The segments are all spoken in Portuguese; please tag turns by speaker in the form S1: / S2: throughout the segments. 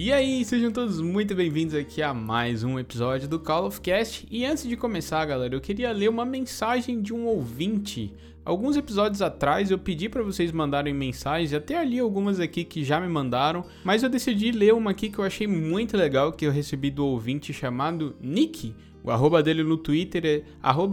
S1: E aí, sejam todos muito bem-vindos aqui a mais um episódio do Call of Cast. E antes de começar, galera, eu queria ler uma mensagem de um ouvinte. Alguns episódios atrás eu pedi para vocês mandarem mensagens, até ali algumas aqui que já me mandaram, mas eu decidi ler uma aqui que eu achei muito legal, que eu recebi do ouvinte chamado Nick. O arroba dele no Twitter é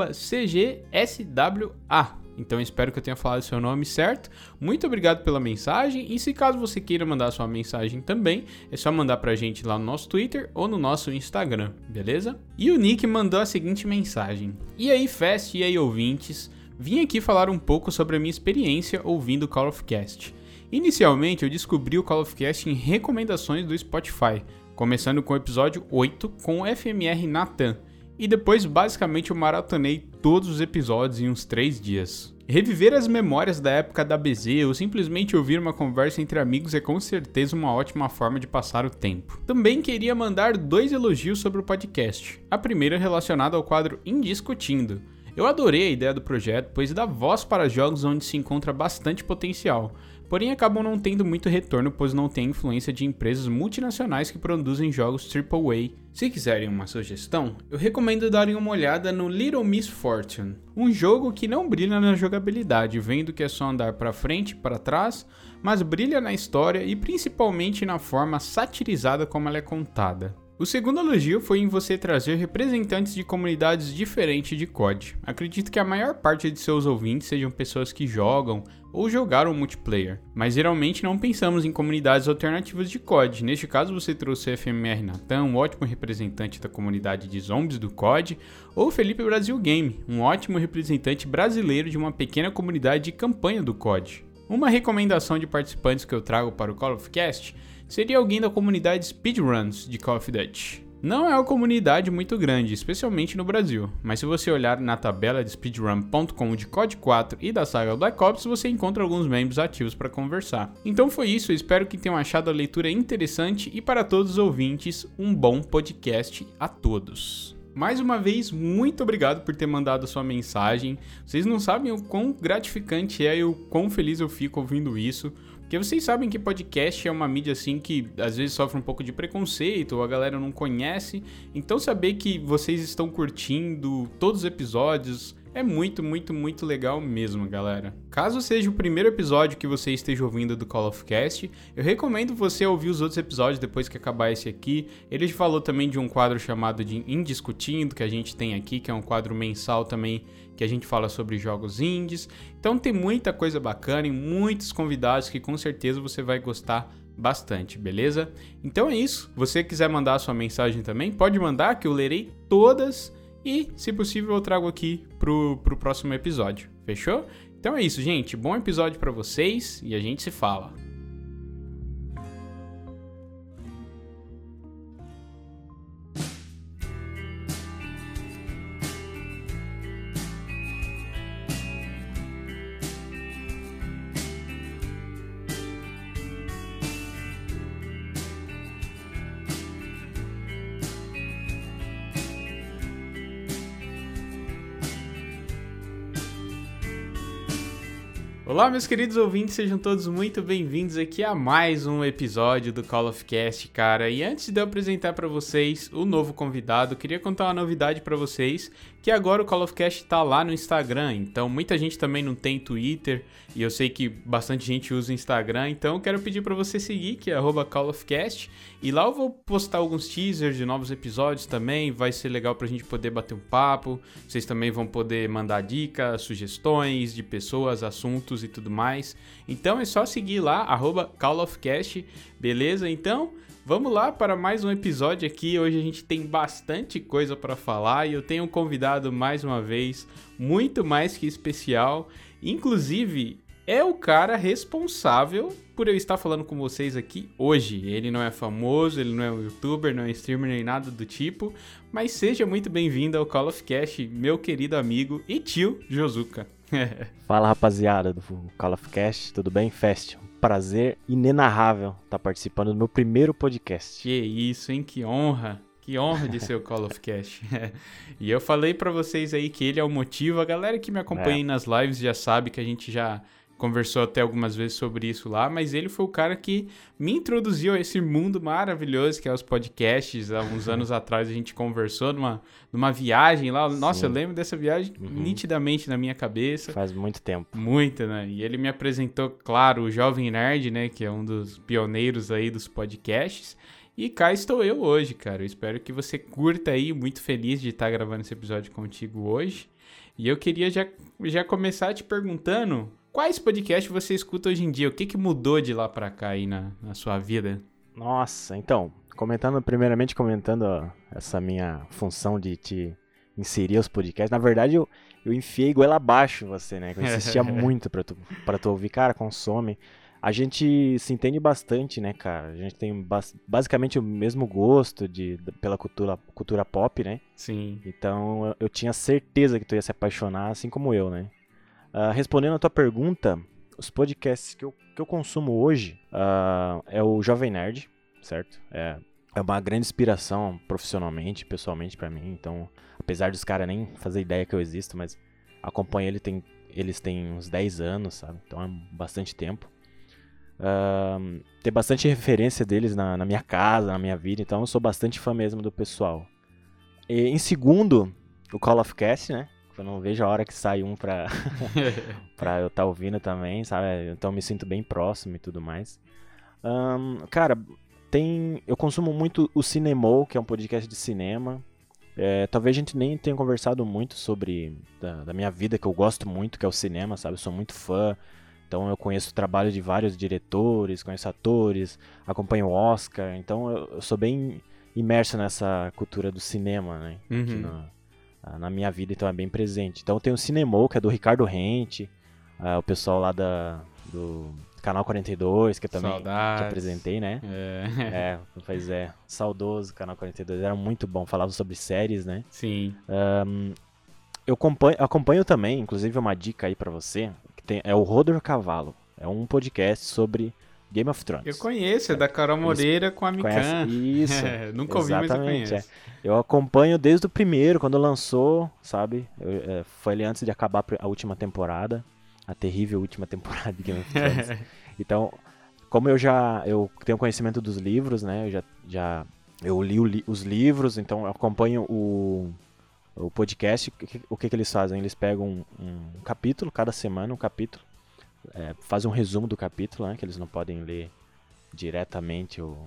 S1: @cgswa. Então eu espero que eu tenha falado seu nome certo. Muito obrigado pela mensagem. E se caso você queira mandar sua mensagem também, é só mandar pra gente lá no nosso Twitter ou no nosso Instagram, beleza? E o Nick mandou a seguinte mensagem: E aí, Fest, e aí, ouvintes? Vim aqui falar um pouco sobre a minha experiência ouvindo o Call of Cast. Inicialmente eu descobri o Call of Cast em recomendações do Spotify, começando com o episódio 8 com o FMR Nathan. E depois, basicamente, eu maratonei todos os episódios em uns 3 dias. Reviver as memórias da época da BZ ou simplesmente ouvir uma conversa entre amigos é com certeza uma ótima forma de passar o tempo. Também queria mandar 2 elogios sobre o podcast. A primeira relacionada ao quadro Indiscutindo. Eu adorei a ideia do projeto, pois dá voz para jogos onde se encontra bastante potencial. Porém, acabam não tendo muito retorno, pois não tem influência de empresas multinacionais que produzem jogos AAA. Se quiserem uma sugestão, eu recomendo darem uma olhada no Little Miss Fortune, um jogo que não brilha na jogabilidade, vendo que é só andar para frente e para trás, mas brilha na história e principalmente na forma satirizada como ela é contada. O segundo elogio foi em você trazer representantes de comunidades diferentes de COD. Acredito que a maior parte de seus ouvintes sejam pessoas que jogam ou jogaram multiplayer, mas geralmente não pensamos em comunidades alternativas de COD. Neste caso você trouxe o FMR Nathan, um ótimo representante da comunidade de zombies do COD, ou o Felipe Brasil Game, um ótimo representante brasileiro de uma pequena comunidade de campanha do COD. Uma recomendação de participantes que eu trago para o Call of Cast seria alguém da comunidade Speedruns de Call of Duty. Não é uma comunidade muito grande, especialmente no Brasil, mas se você olhar na tabela de speedrun.com de COD 4 e da saga Black Ops, você encontra alguns membros ativos para conversar. Então foi isso, eu espero que tenham achado a leitura interessante e para todos os ouvintes, um bom podcast a todos. Mais uma vez, muito obrigado por ter mandado a sua mensagem. Vocês não sabem o quão gratificante é e o quão feliz eu fico ouvindo isso. Porque vocês sabem que podcast é uma mídia assim que às vezes sofre um pouco de preconceito ou a galera não conhece. Então saber que vocês estão curtindo todos os episódios é muito, muito, muito legal mesmo, galera. Caso seja o primeiro episódio que você esteja ouvindo do Call of Cast, eu recomendo você ouvir os outros episódios depois que acabar esse aqui. Ele falou também de um quadro chamado de Indiscutindo, que a gente tem aqui, que é um quadro mensal também, que a gente fala sobre jogos indies. Então tem muita coisa bacana e muitos convidados que com certeza você vai gostar bastante, beleza? Então é isso. Se você quiser mandar a sua mensagem também, pode mandar que eu lerei todas. E, se possível, eu trago aqui pro próximo episódio, fechou? Então é isso, gente. Bom episódio pra vocês e a gente se fala. Olá, meus queridos ouvintes, sejam todos muito bem-vindos aqui a mais um episódio do Call of Cast, cara. E antes de eu apresentar para vocês o novo convidado, eu queria contar uma novidade para vocês, que agora o Call of Cast tá lá no Instagram. Então, muita gente também não tem Twitter, e eu sei que bastante gente usa o Instagram, então eu quero pedir para você seguir, que é @callofcast, e lá eu vou postar alguns teasers de novos episódios também, vai ser legal pra gente poder bater um papo, vocês também vão poder mandar dicas, sugestões de pessoas, assuntos e tudo mais. Então é só seguir lá, @callofcast, beleza? Então vamos lá para mais um episódio aqui. Hoje a gente tem bastante coisa para falar e eu tenho um convidado mais uma vez, muito mais que especial. Inclusive, é o cara responsável por eu estar falando com vocês aqui hoje. Ele não é famoso, ele não é um youtuber, não é streamer nem nada do tipo, mas seja muito bem-vindo ao Call of Cast, meu querido amigo e tio Josuka.
S2: Fala, rapaziada do Call of Cast, tudo bem? Fest, um prazer inenarrável estar participando do meu primeiro podcast.
S1: Que isso, hein? Que honra de ser o Call of Cast. E eu falei pra vocês aí que ele é o motivo. A galera que me acompanha aí nas lives já sabe que a gente já conversou até algumas vezes sobre isso lá, mas ele foi o cara que me introduziu a esse mundo maravilhoso que é os podcasts. Há uns anos atrás a gente conversou numa viagem lá. Nossa,
S2: Sim.
S1: eu lembro dessa viagem nitidamente na minha cabeça.
S2: Faz muito tempo.
S1: Muita, né? E ele me apresentou, claro, o Jovem Nerd, né? Que é um dos pioneiros aí dos podcasts. E cá estou eu hoje, cara. Eu espero que você curta aí, muito feliz de estar gravando esse episódio contigo hoje. E eu queria já começar te perguntando quais podcasts você escuta hoje em dia? O que mudou de lá pra cá aí na sua vida?
S2: Nossa, então, primeiramente comentando essa minha função de te inserir os podcasts. Na verdade, eu enfiei goela abaixo você, né? Que eu insistia muito pra tu ouvir. Cara, consome. A gente se entende bastante, né, cara? A gente tem basicamente o mesmo gosto pela cultura pop, né?
S1: Sim.
S2: Então, eu tinha certeza que tu ia se apaixonar, assim como eu, né? Respondendo a tua pergunta, os podcasts que eu consumo hoje é o Jovem Nerd, certo? É uma grande inspiração profissionalmente, pessoalmente pra mim. Então, apesar dos caras nem fazer ideia que eu existo, mas acompanho eles têm uns 10 anos, sabe? Então é bastante tempo. Tem bastante referência deles na minha casa, na minha vida, então eu sou bastante fã mesmo do pessoal. E, em segundo, o Call of Cast, né? Eu não vejo a hora que sai um pra eu estar ouvindo também, sabe? Então eu me sinto bem próximo e tudo mais. Cara, eu consumo muito o Cinemol, que é um podcast de cinema. Talvez a gente nem tenha conversado muito sobre da minha vida, que eu gosto muito, que é o cinema, sabe? Eu sou muito fã. Então eu conheço o trabalho de vários diretores, conheço atores, acompanho o Oscar. Então eu sou bem imerso nessa cultura do cinema, né? Aqui na minha vida, então é bem presente. Então tem o Cinemol, que é do Ricardo Rente, o pessoal lá do Canal 42, que eu também te apresentei, né? Pois é, saudoso Canal 42, era muito bom, falava sobre séries, né?
S1: Sim.
S2: Eu acompanho também, inclusive uma dica aí pra você, é o Rodor Cavalo. É um podcast sobre Game of Thrones.
S1: Eu conheço, é da Carol Moreira com a Mikan.
S2: Isso.
S1: Nunca ouvi, mas eu conheço.
S2: Eu acompanho desde o primeiro, quando lançou, sabe? Foi ali antes de acabar a última temporada. A terrível última temporada de Game of Thrones. Então, como eu tenho conhecimento dos livros, né? Eu li os livros, então eu acompanho o podcast. O que eles fazem? Eles pegam um capítulo, cada semana um capítulo, fazem um resumo do capítulo, né, que eles não podem ler diretamente o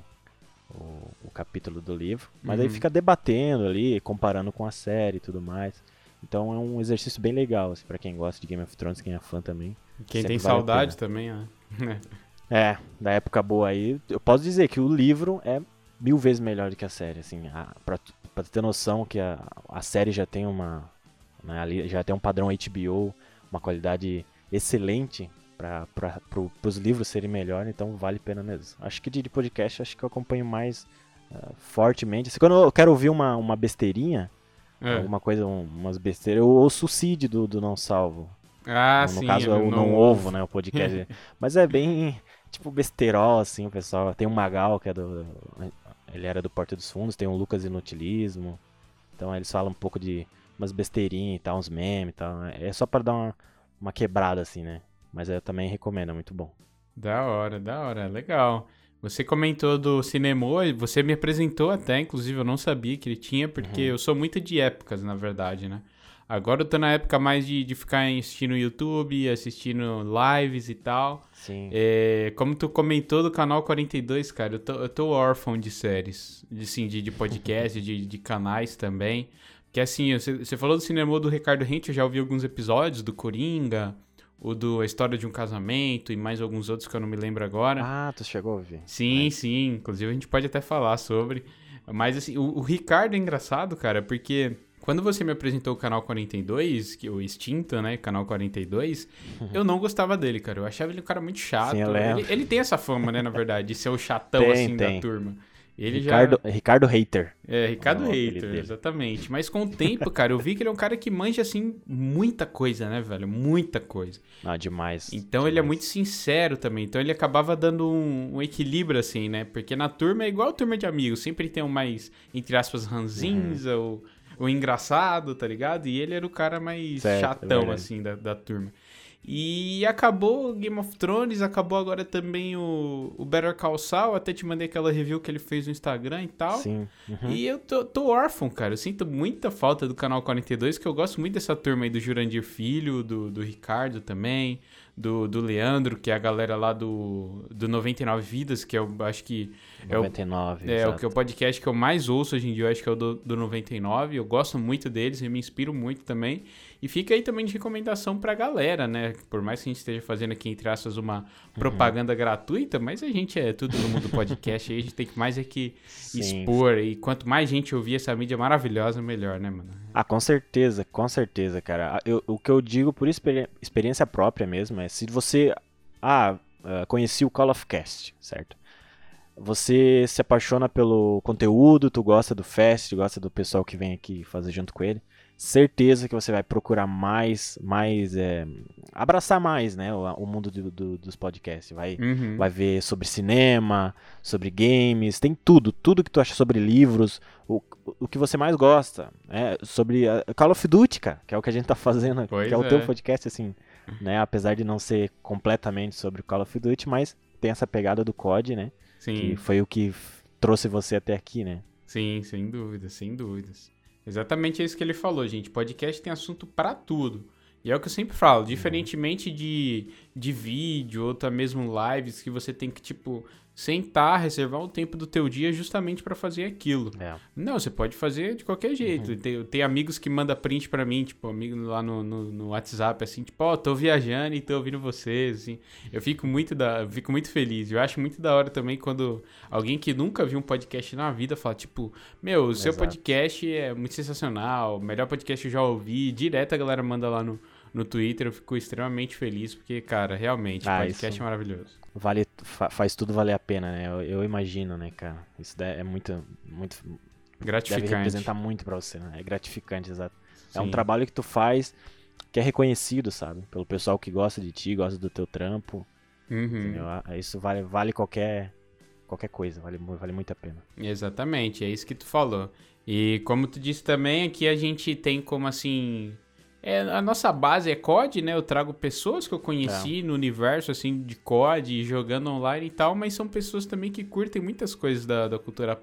S2: capítulo do livro, mas aí fica debatendo ali, comparando com a série e tudo mais. Então é um exercício bem legal, assim, pra quem gosta de Game of Thrones, quem é fã também.
S1: Quem tem saudade também, né?
S2: Da época boa aí, eu posso dizer que o livro é 1000 vezes melhor do que a série, assim, pra ter noção que a série já tem ali já tem um padrão HBO, uma qualidade excelente para os livros serem melhores, então vale a pena mesmo. Acho que de podcast, acho que eu acompanho mais fortemente. Assim, quando eu quero ouvir uma besteirinha, alguma coisa, umas besteiras, eu ouço o Cid do Não Salvo. No caso, eu não ouvo, né, o podcast. Mas é bem, tipo, besterol, assim, o pessoal. Tem o Magal, que ele era do Porta dos Fundos, tem o Lucas Inutilismo. Então eles falam um pouco de umas besteirinhas e tal, uns memes e tal. É só pra dar uma quebrada, assim, né? Mas eu também recomendo, é muito bom.
S1: Da hora, legal. Você comentou do Cinemol, você me apresentou até, inclusive eu não sabia que ele tinha, porque eu sou muito de épocas, na verdade, né? Agora eu tô na época mais de ficar assistindo YouTube, assistindo lives e tal.
S2: Sim.
S1: Como tu comentou do Canal 42, cara, eu tô órfão de séries, de podcast, de canais também. Porque assim, você falou do Cinemol do Ricardo Rente, eu já ouvi alguns episódios do Coringa, o do A História de um Casamento e mais alguns outros que eu não me lembro agora.
S2: Ah, tu chegou a ouvir.
S1: Sim, sim, inclusive a gente pode até falar sobre. Mas assim, o Ricardo é engraçado, cara, porque quando você me apresentou o Canal 42, o extinto, né, Canal 42, eu não gostava dele, cara. Eu achava ele um cara muito chato.
S2: Sim,
S1: ele tem essa fama, né, na verdade, de ser o chatão, da turma.
S2: Ricardo Hater.
S1: Ricardo Hater, exatamente. Mas com o tempo, cara, eu vi que ele é um cara que manja, assim, muita coisa, né, velho? Muita coisa.
S2: Ah, demais.
S1: Então
S2: demais.
S1: Ele é muito sincero também. Então ele acabava dando um equilíbrio, assim, né? Porque na turma é igual a turma de amigos. Sempre tem um mais, entre aspas, ranzinza, o engraçado, tá ligado? E ele era o cara mais chatão, assim, da turma. E acabou o Game of Thrones, acabou agora também o Better Call Saul, até te mandei aquela review que ele fez no Instagram e tal.
S2: Sim. Uhum.
S1: E eu tô órfão, cara. Eu sinto muita falta do Canal 42, que eu gosto muito dessa turma aí do Jurandir Filho, do Ricardo também, do Leandro, que é a galera lá do 99 Vidas, que eu acho que
S2: 99,
S1: é o podcast que eu mais ouço hoje em dia, eu acho que é o do 99. Eu gosto muito deles, eu me inspiro muito também. E fica aí também de recomendação pra galera, né? Por mais que a gente esteja fazendo aqui, entre aspas, uma propaganda gratuita, mas a gente é tudo no mundo do podcast aí, a gente tem que mais é que expor. E quanto mais gente ouvir essa mídia maravilhosa, melhor, né, mano?
S2: Ah, com certeza, cara. O que eu digo por experiência própria mesmo é, se você... conheci o Call of Cast, certo? Você se apaixona pelo conteúdo, tu gosta do Fast, gosta do pessoal que vem aqui fazer junto com ele, certeza que você vai procurar abraçar mais, né, o mundo dos podcasts. Vai ver sobre cinema, sobre games, tem tudo que tu acha sobre livros, o que você mais gosta, né, sobre Call of Duty, cara, que é o que a gente tá fazendo, que é o teu podcast, assim, né, apesar de não ser completamente sobre o Call of Duty, mas tem essa pegada do COD, né,
S1: Sim.
S2: que foi o que trouxe você até aqui, né.
S1: Sim, sem dúvidas, sem dúvidas. Exatamente isso que ele falou, gente. Podcast tem assunto pra tudo. E é o que eu sempre falo, diferentemente de vídeo ou até mesmo lives, que você tem que, tipo, sentar, reservar um tempo do teu dia justamente pra fazer aquilo. Não, você pode fazer de qualquer jeito. Tem amigos que mandam print pra mim, tipo, amigo lá no WhatsApp, assim, tipo, tô viajando e tô ouvindo vocês, assim. Eu fico muito feliz. Eu acho muito da hora também quando alguém que nunca viu um podcast na vida fala, tipo, meu, o seu podcast é muito sensacional, o melhor podcast que eu já ouvi. Direto a galera manda lá no Twitter, eu fico extremamente feliz, porque, cara, realmente, podcast é maravilhoso.
S2: Faz tudo valer a pena, né? Eu imagino, né, cara? Isso é muito
S1: gratificante.
S2: Deve representar muito pra você, né? É gratificante, exato. Sim. É um trabalho que tu faz que é reconhecido, sabe? Pelo pessoal que gosta de ti, gosta do teu trampo. Entendeu? Isso vale qualquer coisa, vale muito a pena.
S1: Exatamente, é isso que tu falou. E como tu disse também, aqui a gente tem como, assim... a nossa base é COD, né? Eu trago pessoas que eu conheci no universo, assim, de COD, jogando online e tal, mas são pessoas também que curtem muitas coisas da cultura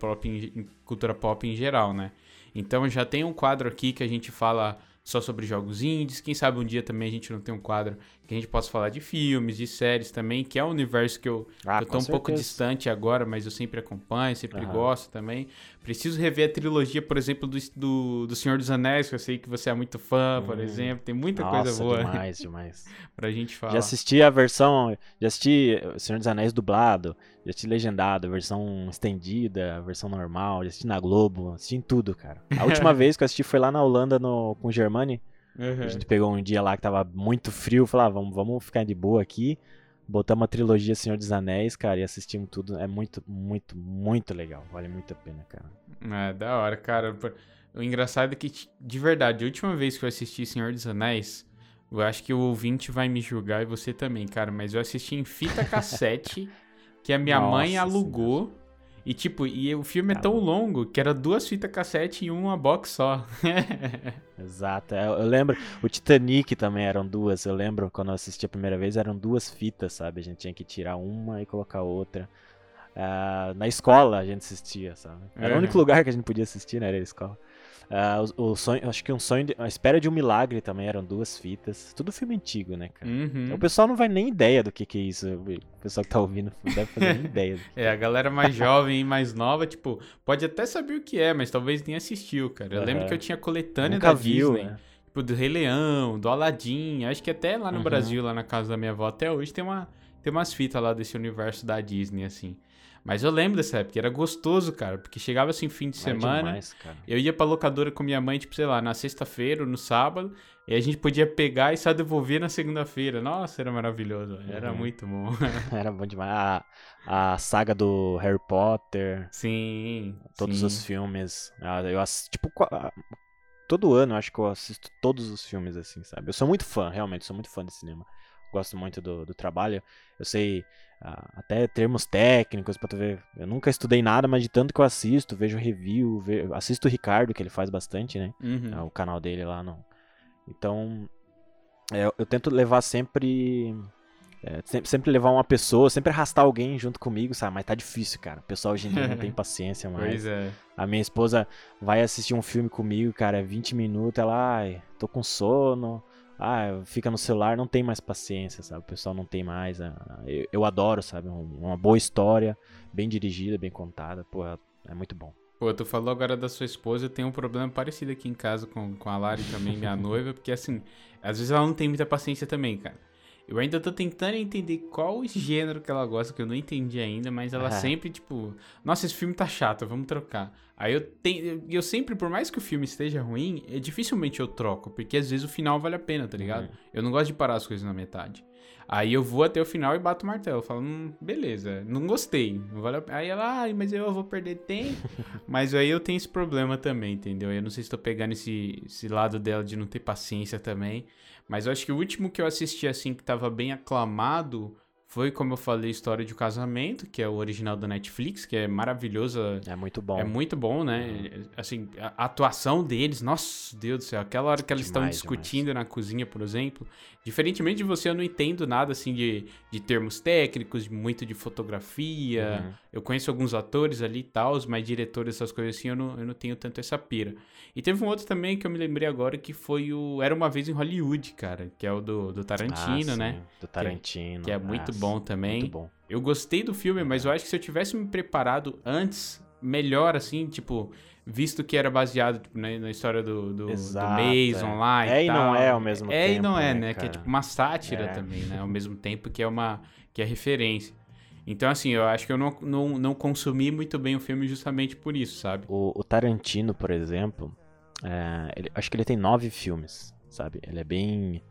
S1: pop em geral, né? Então já tem um quadro aqui que a gente fala só sobre jogos indies. Quem sabe um dia também a gente não tem um quadro que a gente possa falar de filmes, de séries também, que é um universo que eu tô um pouco distante agora, mas eu sempre acompanho, sempre gosto também. Preciso rever a trilogia, por exemplo, do Senhor dos Anéis, que eu sei que você é muito fã, por exemplo. Tem muita coisa boa.
S2: Demais.
S1: Pra gente falar.
S2: Já assisti o Senhor dos Anéis dublado, já assisti legendado, a versão estendida, a versão normal, já assisti na Globo, assisti em tudo, cara. A última vez que eu assisti foi lá na Holanda com o Germani. A gente pegou um dia lá que tava muito frio, falou, vamos ficar de boa aqui. Botamos a trilogia Senhor dos Anéis, cara, e assistimos tudo. É muito, muito, muito legal. Vale muito a pena, cara.
S1: É, da hora, cara. O engraçado é que, de verdade, a última vez que eu assisti Senhor dos Anéis, eu acho que o ouvinte vai me julgar e você também, cara, mas eu assisti em fita cassete que a minha mãe alugou. Senhora. E tipo, o filme é tão longo que era 2 fitas cassete e uma box só.
S2: Exato. Eu lembro, o Titanic também eram 2. Eu lembro quando eu assisti a primeira vez, eram 2 fitas, sabe? A gente tinha que tirar uma e colocar outra. Na escola a gente assistia, sabe? Era o único lugar que a gente podia assistir, né? Era a escola. O sonho, acho que A Espera de um Milagre também eram 2 fitas. Tudo filme antigo, né, cara? O pessoal não vai nem ideia do que é isso. O pessoal que tá ouvindo não deve fazer nem ideia.
S1: A galera mais jovem e mais nova, tipo, pode até saber o que é, mas talvez nem assistiu, cara. Eu lembro que eu tinha coletânea da Disney. Né? Tipo, do Rei Leão, do Aladdin. Acho que até lá no Brasil, lá na casa da minha avó, até hoje tem umas fitas lá desse universo da Disney, assim. Mas eu lembro dessa época, era gostoso, cara, porque chegava assim fim de semana, demais, eu ia pra locadora com minha mãe, tipo, sei lá, na sexta-feira ou no sábado, e a gente podia pegar e só devolver na segunda-feira. Nossa, era maravilhoso, era muito bom.
S2: Era bom demais. A saga do Harry Potter.
S1: Sim.
S2: Todos os filmes. Todo ano eu acho que eu assisto todos os filmes, assim, sabe? Eu sou muito fã, realmente, sou muito fã de cinema. Gosto muito do trabalho. Eu sei até termos técnicos pra tu ver. Eu nunca estudei nada, mas de tanto que eu assisto, vejo review, assisto o Ricardo, que ele faz bastante, né? O canal dele lá. Então, eu tento levar sempre... sempre levar uma pessoa, sempre arrastar alguém junto comigo, sabe? Mas tá difícil, cara. O pessoal hoje em dia não tem paciência mais.
S1: Pois é.
S2: A minha esposa vai assistir um filme comigo, cara, é 20 minutos, ela, ai, tô com sono, fica no celular, não tem mais paciência, sabe? O pessoal não tem mais. Eu adoro, sabe? Uma boa história, bem dirigida, bem contada, pô, é muito bom.
S1: Pô, tu falou agora da sua esposa, eu tenho um problema parecido aqui em casa com a Lari também, minha noiva, porque assim, às vezes ela não tem muita paciência também, cara. Eu ainda tô tentando entender qual gênero que ela gosta, que eu não entendi ainda, mas ela sempre, tipo, nossa, esse filme tá chato, vamos trocar. Aí eu sempre, por mais que o filme esteja ruim, dificilmente eu troco, porque às vezes o final vale a pena, tá ligado? Eu não gosto de parar as coisas na metade. Aí eu vou até o final e bato o martelo, eu falo, beleza, não gostei, não vale a pena. Aí ela, mas eu vou perder tempo. Mas aí eu tenho esse problema também, entendeu? Eu não sei se tô pegando esse lado dela de não ter paciência também. Mas eu acho que o último que eu assisti, assim, que tava bem aclamado, foi, como eu falei, História de um Casamento, que é o original da Netflix, que é maravilhoso.
S2: É muito bom.
S1: É muito bom, né? Assim, a atuação deles, nossa, Deus do céu. Aquela hora que eles estão discutindo na cozinha, por exemplo. Diferentemente de você, eu não entendo nada, assim, de termos técnicos, muito de fotografia. Eu conheço alguns atores ali e tal, mas diretores, essas coisas assim, eu não tenho tanto essa pira. E teve um outro também que eu me lembrei agora, que foi o Era Uma Vez em Hollywood, cara. Que é o do Tarantino, né?
S2: Do Tarantino.
S1: Que é muito bom também.
S2: Muito bom.
S1: Eu gostei do filme, mas eu acho que se eu tivesse me preparado antes, melhor, assim, tipo, visto que era baseado tipo, na história do Mason lá e tal.
S2: E não é ao mesmo tempo.
S1: E não é, né?
S2: Cara?
S1: Que é tipo uma sátira também, né? Ao mesmo tempo que é referência. Então, assim, eu acho que eu não consumi muito bem o filme justamente por isso, sabe?
S2: O Tarantino, por exemplo, acho que ele tem 9 filmes, sabe? Ele é bem...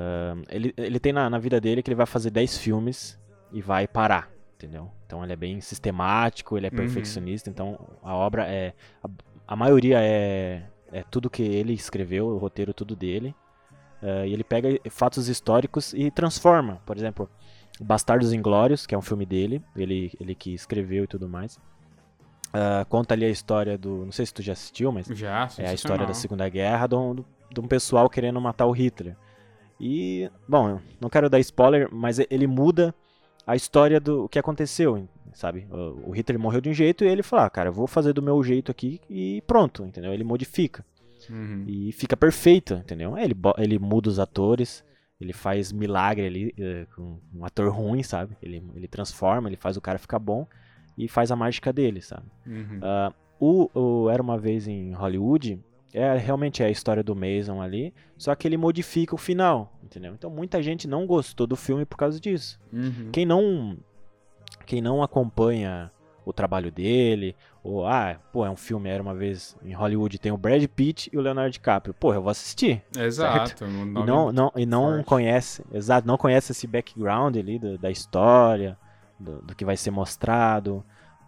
S2: ele tem na vida dele que ele vai fazer 10 filmes e vai parar, entendeu? Então ele é bem sistemático, ele é perfeccionista, então a obra a maioria é tudo que ele escreveu, o roteiro tudo dele, e ele pega fatos históricos e transforma. Por exemplo, Bastardos Inglórios, que é um filme dele, ele que escreveu e tudo mais. Conta ali a história não sei se tu já assistiu, mas é a história da Segunda Guerra de um pessoal querendo matar o Hitler. E, bom, não quero dar spoiler, mas ele muda a história do que aconteceu, sabe? O Hitler morreu de um jeito e ele fala, cara, eu vou fazer do meu jeito aqui e pronto, entendeu? Ele modifica. E fica perfeito, entendeu? Ele muda os atores, ele faz milagre ali com um ator ruim, sabe? Ele transforma, ele faz o cara ficar bom e faz a mágica dele, sabe? O Era Uma Vez em Hollywood... realmente é a história do Mason ali, só que ele modifica o final, entendeu? Então muita gente não gostou do filme por causa disso. Quem não acompanha o trabalho dele, ou, é um filme, Era Uma Vez em Hollywood, tem o Brad Pitt e o Leonardo DiCaprio, eu vou assistir.
S1: Exato.
S2: Não conhece esse background ali da história, do que vai ser mostrado,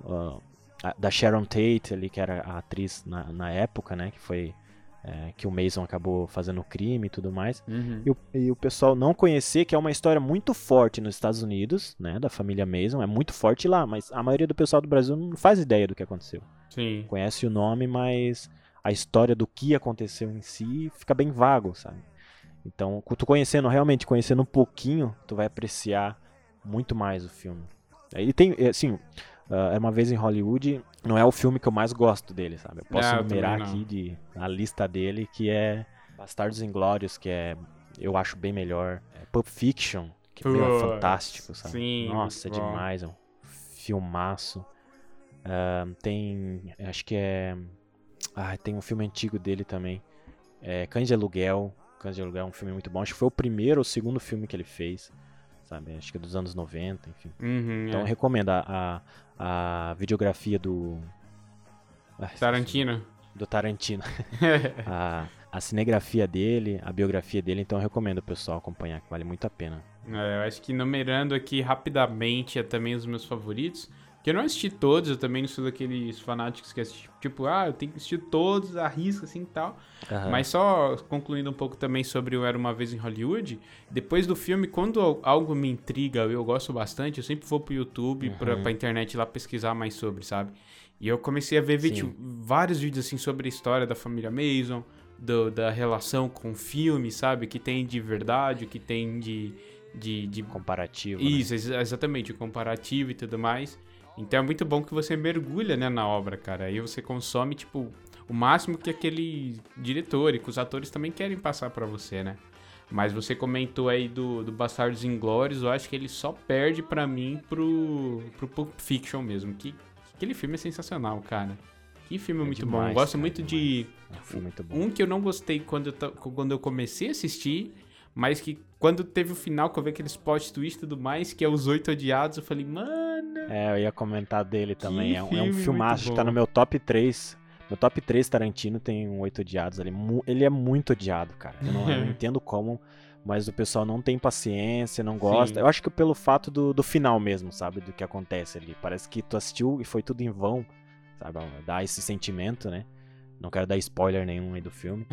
S2: da Sharon Tate ali, que era a atriz na época, né, que foi que o Mason acabou fazendo o crime e tudo mais, e o pessoal não conhecer que é uma história muito forte nos Estados Unidos, né, da família Mason, é muito forte lá, mas a maioria do pessoal do Brasil não faz ideia do que aconteceu.
S1: Sim.
S2: Conhece o nome, mas a história do que aconteceu em si fica bem vago, sabe? Então, tu realmente conhecendo um pouquinho, tu vai apreciar muito mais o filme. Ele tem, assim... Era Uma Vez em Hollywood não é o filme que eu mais gosto dele, sabe? Eu posso numerar aqui a lista dele, que é Bastardos Inglórios, que eu acho bem melhor. Pulp Fiction, que é fantástico, sabe?
S1: Sim,
S2: nossa, é demais, é um filmaço. Tem, acho que tem um filme antigo dele também, Cães de Aluguel. Cães de Aluguel é um filme muito bom, acho que foi o primeiro ou segundo filme que ele fez, sabe? Acho que é dos anos 90, enfim. Então eu recomendo a videografia do...
S1: Tarantino.
S2: Do Tarantino. a cinegrafia dele, a biografia dele, então eu recomendo o pessoal acompanhar, que vale muito a pena.
S1: Eu acho que numerando aqui rapidamente também os meus favoritos, que eu não assisti todos, eu também não sou daqueles fanáticos que assistem, tipo, eu tenho que assistir todos, arrisca assim e tal. Mas só concluindo um pouco também sobre o Era Uma Vez em Hollywood, depois do filme, quando algo me intriga, eu gosto bastante, eu sempre vou pro YouTube, pra internet lá pesquisar mais sobre, sabe? E eu comecei a ver vários vídeos assim sobre a história da família Mason, da relação com o filme, sabe? O que tem de verdade, o que tem de
S2: comparativo.
S1: Isso, exatamente, o comparativo e tudo mais. Então é muito bom que você mergulha, né, na obra, cara. Aí você consome, tipo, o máximo que aquele diretor e que os atores também querem passar pra você, né? Mas você comentou aí do Bastardos Inglórios, eu acho que ele só perde pra mim pro Pulp Fiction mesmo. Que aquele filme é sensacional, cara. Que filme muito
S2: demais,
S1: bom. Eu gosto
S2: cara,
S1: muito
S2: demais.
S1: de...
S2: É um filme muito bom.
S1: Um que eu não gostei quando eu comecei a assistir, mas que quando teve o final, que eu vi aqueles plot twist e tudo mais, que é Os Oito Odiados, eu falei, mano...
S2: Eu ia comentar dele também. É um filmaço,
S1: muito
S2: tá
S1: bom.
S2: no meu top 3. Meu top 3 Tarantino tem um Oito Odiados ali. Ele é muito odiado, cara. Eu não entendo como, mas o pessoal não tem paciência, não gosta.
S1: Sim.
S2: Eu acho que pelo fato do final mesmo, sabe? Do que acontece ali. Parece que tu assistiu e foi tudo em vão, sabe? Dá esse sentimento, né? Não quero dar spoiler nenhum aí do filme.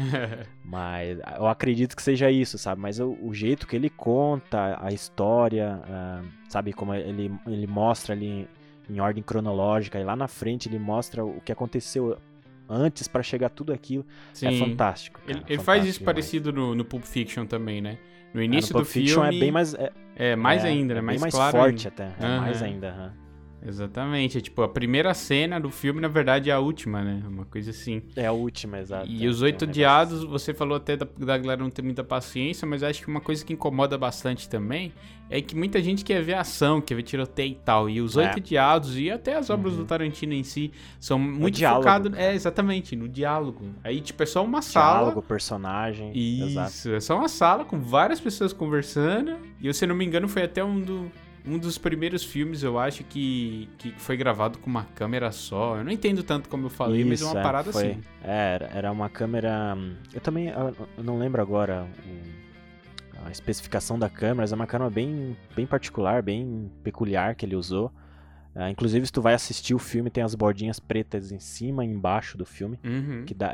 S2: Mas eu acredito que seja isso, sabe? Mas o jeito que ele conta a história, sabe? Como ele mostra ali em ordem cronológica. E lá na frente ele mostra o que aconteceu antes pra chegar tudo aquilo.
S1: Sim.
S2: É fantástico. Cara,
S1: Ele
S2: fantástico
S1: faz isso
S2: demais.
S1: parecido no Pulp Fiction também, né? No início
S2: No Pulp
S1: do
S2: Fiction
S1: filme...
S2: é bem mais...
S1: mais ainda, né?
S2: É bem mais
S1: claro
S2: forte
S1: ainda.
S2: até. É mais ainda,
S1: Exatamente. É tipo, a primeira cena do filme, na verdade, é a última, né? Uma coisa assim.
S2: É a última, exato.
S1: E Os Oito Odiados, você falou até da galera não ter muita paciência, mas acho que uma coisa que incomoda bastante também é que muita gente quer ver ação, quer ver tiroteio e tal. E Os Oito Odiados e até as obras do Tarantino em si são muito focadas... exatamente, no diálogo. Aí, tipo, é só uma sala...
S2: Diálogo, personagem.
S1: Isso,
S2: exato.
S1: é só uma sala com várias pessoas conversando. E, se eu não me engano, foi até um dos primeiros filmes, eu acho, que foi gravado com uma câmera só. Eu não entendo tanto como eu falei, mas é uma parada
S2: foi.
S1: assim.
S2: Era uma câmera... eu não lembro agora a especificação da câmera, mas é uma câmera bem particular, bem peculiar que ele usou. Inclusive, se tu vai assistir o filme, tem as bordinhas pretas em cima e embaixo do filme. Que dá,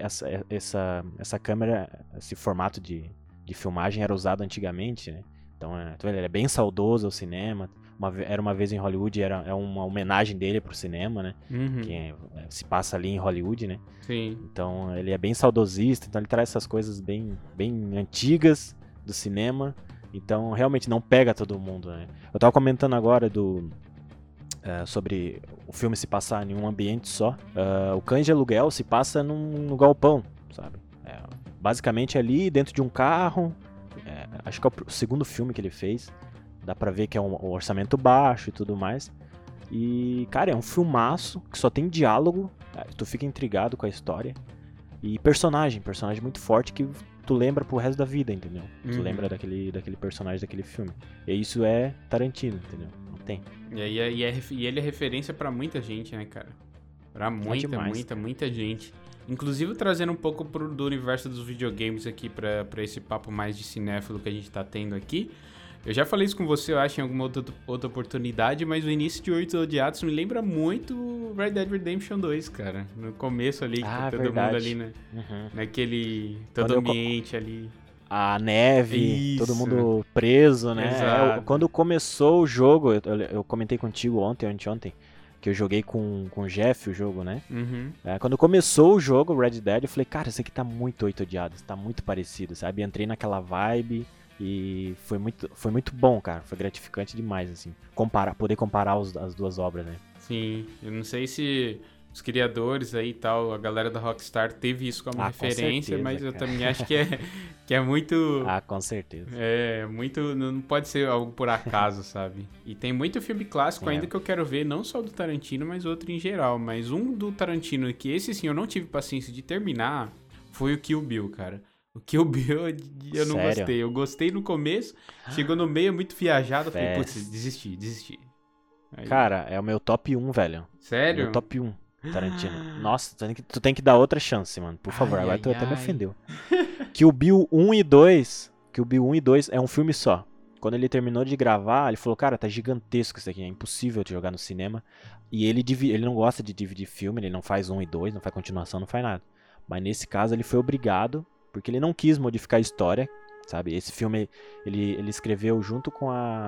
S2: essa câmera, esse formato de filmagem era usado antigamente, né? Então, ele é bem saudoso ao cinema. Era uma vez em Hollywood, é uma homenagem dele pro cinema, né? Que se passa ali em Hollywood, né?
S1: Sim.
S2: Então, ele é bem saudosista, então ele traz essas coisas bem antigas do cinema. Então, realmente não pega todo mundo, né? Eu tava comentando agora sobre o filme se passar em um ambiente só. O Cães de Aluguel se passa no galpão, sabe? Basicamente ali dentro de um carro. Acho que é o segundo filme que ele fez. Dá pra ver que é um orçamento baixo e tudo mais. E, cara, é um filmaço que só tem diálogo. Tu fica intrigado com a história. E personagem muito forte que tu lembra pro resto da vida, entendeu? Tu lembra daquele personagem daquele filme. E isso é Tarantino, entendeu? Não tem.
S1: E ele é referência pra muita gente, né, cara? Pra muita gente. Inclusive trazendo um pouco do universo dos videogames aqui pra esse papo mais de cinéfilo que a gente tá tendo aqui. Eu já falei isso com você, eu acho, em alguma outra oportunidade, mas o início de Oito Odiados me lembra muito Red Dead Redemption 2, cara. No começo ali, que tá todo mundo ali, né? Naquele... todo ambiente ali.
S2: A neve,
S1: Isso.
S2: todo mundo preso, né? Quando começou o jogo, eu comentei contigo anteontem, que eu joguei com o Jeff o jogo, né? Quando começou o jogo, Red Dead, eu falei, cara, isso aqui tá muito Oito Odiados, tá muito parecido, sabe? Entrei naquela vibe e foi muito bom, cara. Foi gratificante demais, assim, poder comparar as duas obras, né?
S1: Sim, eu não sei se os criadores aí e tal, a galera da Rockstar teve isso como referência,
S2: certeza,
S1: mas eu
S2: cara.
S1: também acho que é muito...
S2: com certeza.
S1: Muito... Não pode ser algo por acaso, sabe? E tem muito filme clássico ainda que eu quero ver, não só do Tarantino, mas outro em geral. Mas um do Tarantino, que esse sim eu não tive paciência de terminar, foi o Kill Bill, cara. O Kill Bill eu não gostei. Eu gostei no começo, chegou no meio muito viajado, eu falei, putz, desisti. Aí...
S2: Cara, é o meu top 1, velho.
S1: Sério?
S2: Meu top 1. Tarantino. Nossa, tu tem que dar outra chance, mano. Por favor, agora tu até me ofendeu. Kill Bill 1 e 2 é um filme só. Quando ele terminou de gravar, ele falou, cara, tá gigantesco isso aqui, é impossível de jogar no cinema. E ele não gosta de dividir filme, ele não faz 1 e 2, não faz continuação, não faz nada. Mas nesse caso ele foi obrigado, porque ele não quis modificar a história, sabe? Esse filme ele escreveu junto com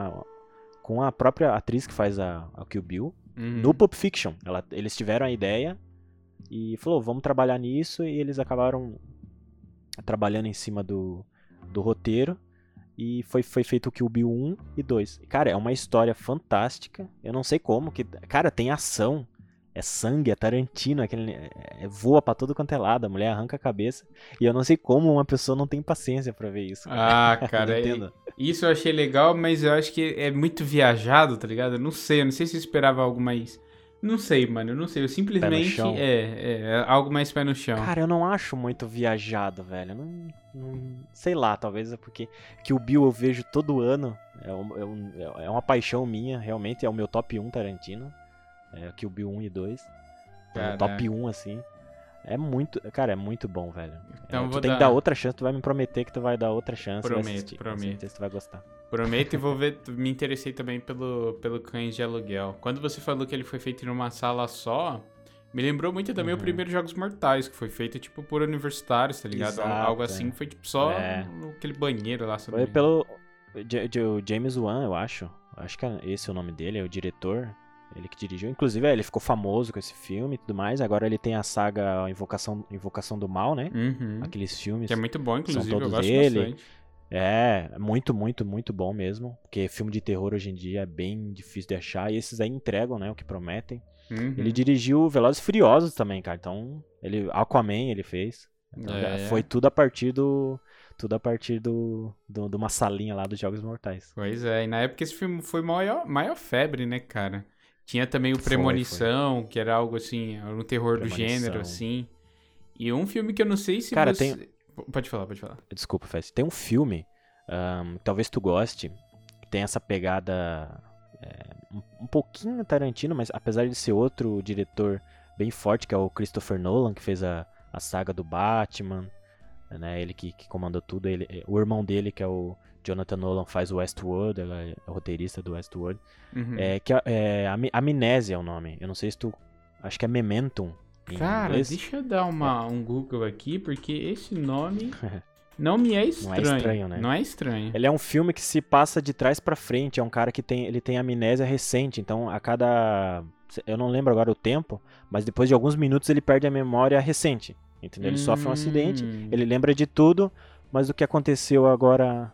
S2: a própria atriz que faz a Kill Bill. No Pulp Fiction, eles tiveram a ideia e falou, vamos trabalhar nisso, e eles acabaram trabalhando em cima do roteiro. E foi feito o Kill Bill 1 e 2. Cara, é uma história fantástica. Eu não sei como. Cara, tem ação. É sangue, é Tarantino. Voa pra todo quanto é lado. A mulher arranca a cabeça. E eu não sei como uma pessoa não tem paciência pra ver isso.
S1: Cara. Ah, cara.
S2: Não entendo.
S1: Isso eu achei legal, mas eu acho que é muito viajado, tá ligado? Eu não sei se eu esperava algo mais... Não sei, mano, eu não sei. Eu simplesmente...
S2: Pé no chão.
S1: É algo mais pé no chão.
S2: Cara, eu não acho muito viajado, velho. Sei lá, talvez é porque Kill Bill eu vejo todo ano. É uma paixão minha, realmente. É o meu top 1 Tarantino. É Kill Bill 1 e 2. É o top 1, assim. É muito... Cara, é muito bom, velho.
S1: Então
S2: tu tem que dar outra chance. Tu vai me prometer que tu vai dar outra chance.
S1: Prometo.
S2: Com certeza tu vai gostar.
S1: Prometo e vou ver. Me interessei também pelo Cães de Aluguel. Quando você falou que ele foi feito em uma sala só, me lembrou muito também o primeiro Jogos Mortais, que foi feito, tipo, por universitários, tá ligado?
S2: Exato,
S1: Algo assim, foi, tipo, só naquele banheiro lá.
S2: Foi pelo James Wan, eu acho. Acho que esse é o nome dele, é o diretor. Ele que dirigiu. Inclusive, ele ficou famoso com esse filme e tudo mais. Agora ele tem a saga Invocação do Mal, né? Aqueles filmes.
S1: Que é muito bom, inclusive,
S2: são todos
S1: eu gosto
S2: dele.
S1: bastante.
S2: É, muito, muito, muito bom mesmo. Porque filme de terror hoje em dia é bem difícil de achar. E esses aí entregam, né? O que prometem. Ele dirigiu Velozes e Furiosos também, cara. Então, Aquaman ele fez. Então, foi tudo a partir de uma salinha lá dos Jogos Mortais.
S1: Pois é, e na época esse filme foi maior febre, né, cara? Tinha também o Premonição, que era algo assim, um terror do gênero, assim. E um filme que eu não sei se
S2: cara,
S1: você... Pode falar.
S2: Desculpa, Fez. Tem um filme, talvez tu goste, que tem essa pegada um pouquinho Tarantino, mas apesar de ser outro diretor bem forte, que é o Christopher Nolan, que fez a saga do Batman, né? Ele que comandou tudo. O irmão dele, que é o Jonathan Nolan, faz o Westworld, ele é o roteirista do Westworld. Amnésia é o nome. Eu não sei se tu... Acho que é Memento.
S1: Cara, deixa eu dar um Google aqui, porque esse nome não me é estranho.
S2: Não é estranho, né?
S1: Não é estranho.
S2: Ele é um filme que se passa de trás pra frente. É um cara que ele tem amnésia recente. Então, a cada... Eu não lembro agora o tempo, mas depois de alguns minutos ele perde a memória recente. Entendeu? Ele sofre um acidente, ele lembra de tudo, mas o que aconteceu agora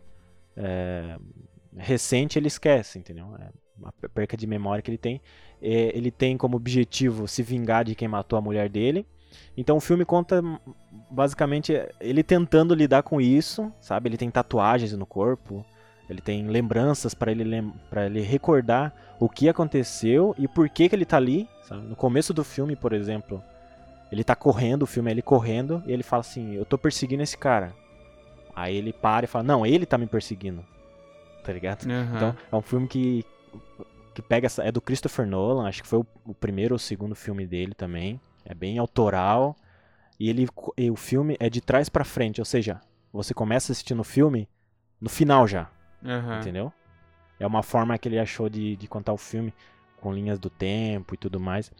S2: recente ele esquece, entendeu? É uma perca de memória que ele tem. Ele tem como objetivo se vingar de quem matou a mulher dele. Então o filme conta basicamente ele tentando lidar com isso, sabe? Ele tem tatuagens no corpo, ele tem lembranças para ele recordar o que aconteceu e por que ele tá ali, sabe? No começo do filme, por exemplo, ele tá correndo, o filme é ele correndo, e ele fala assim, eu tô perseguindo esse cara. Aí ele para e fala, não, ele tá me perseguindo. Tá ligado? Então, é um filme que pega essa... É do Christopher Nolan, acho que foi o primeiro ou segundo filme dele também. É bem autoral. E o filme é de trás pra frente, ou seja, você começa assistindo o filme no final já. Entendeu? É uma forma que ele achou de contar o filme, com linhas do tempo e tudo mais.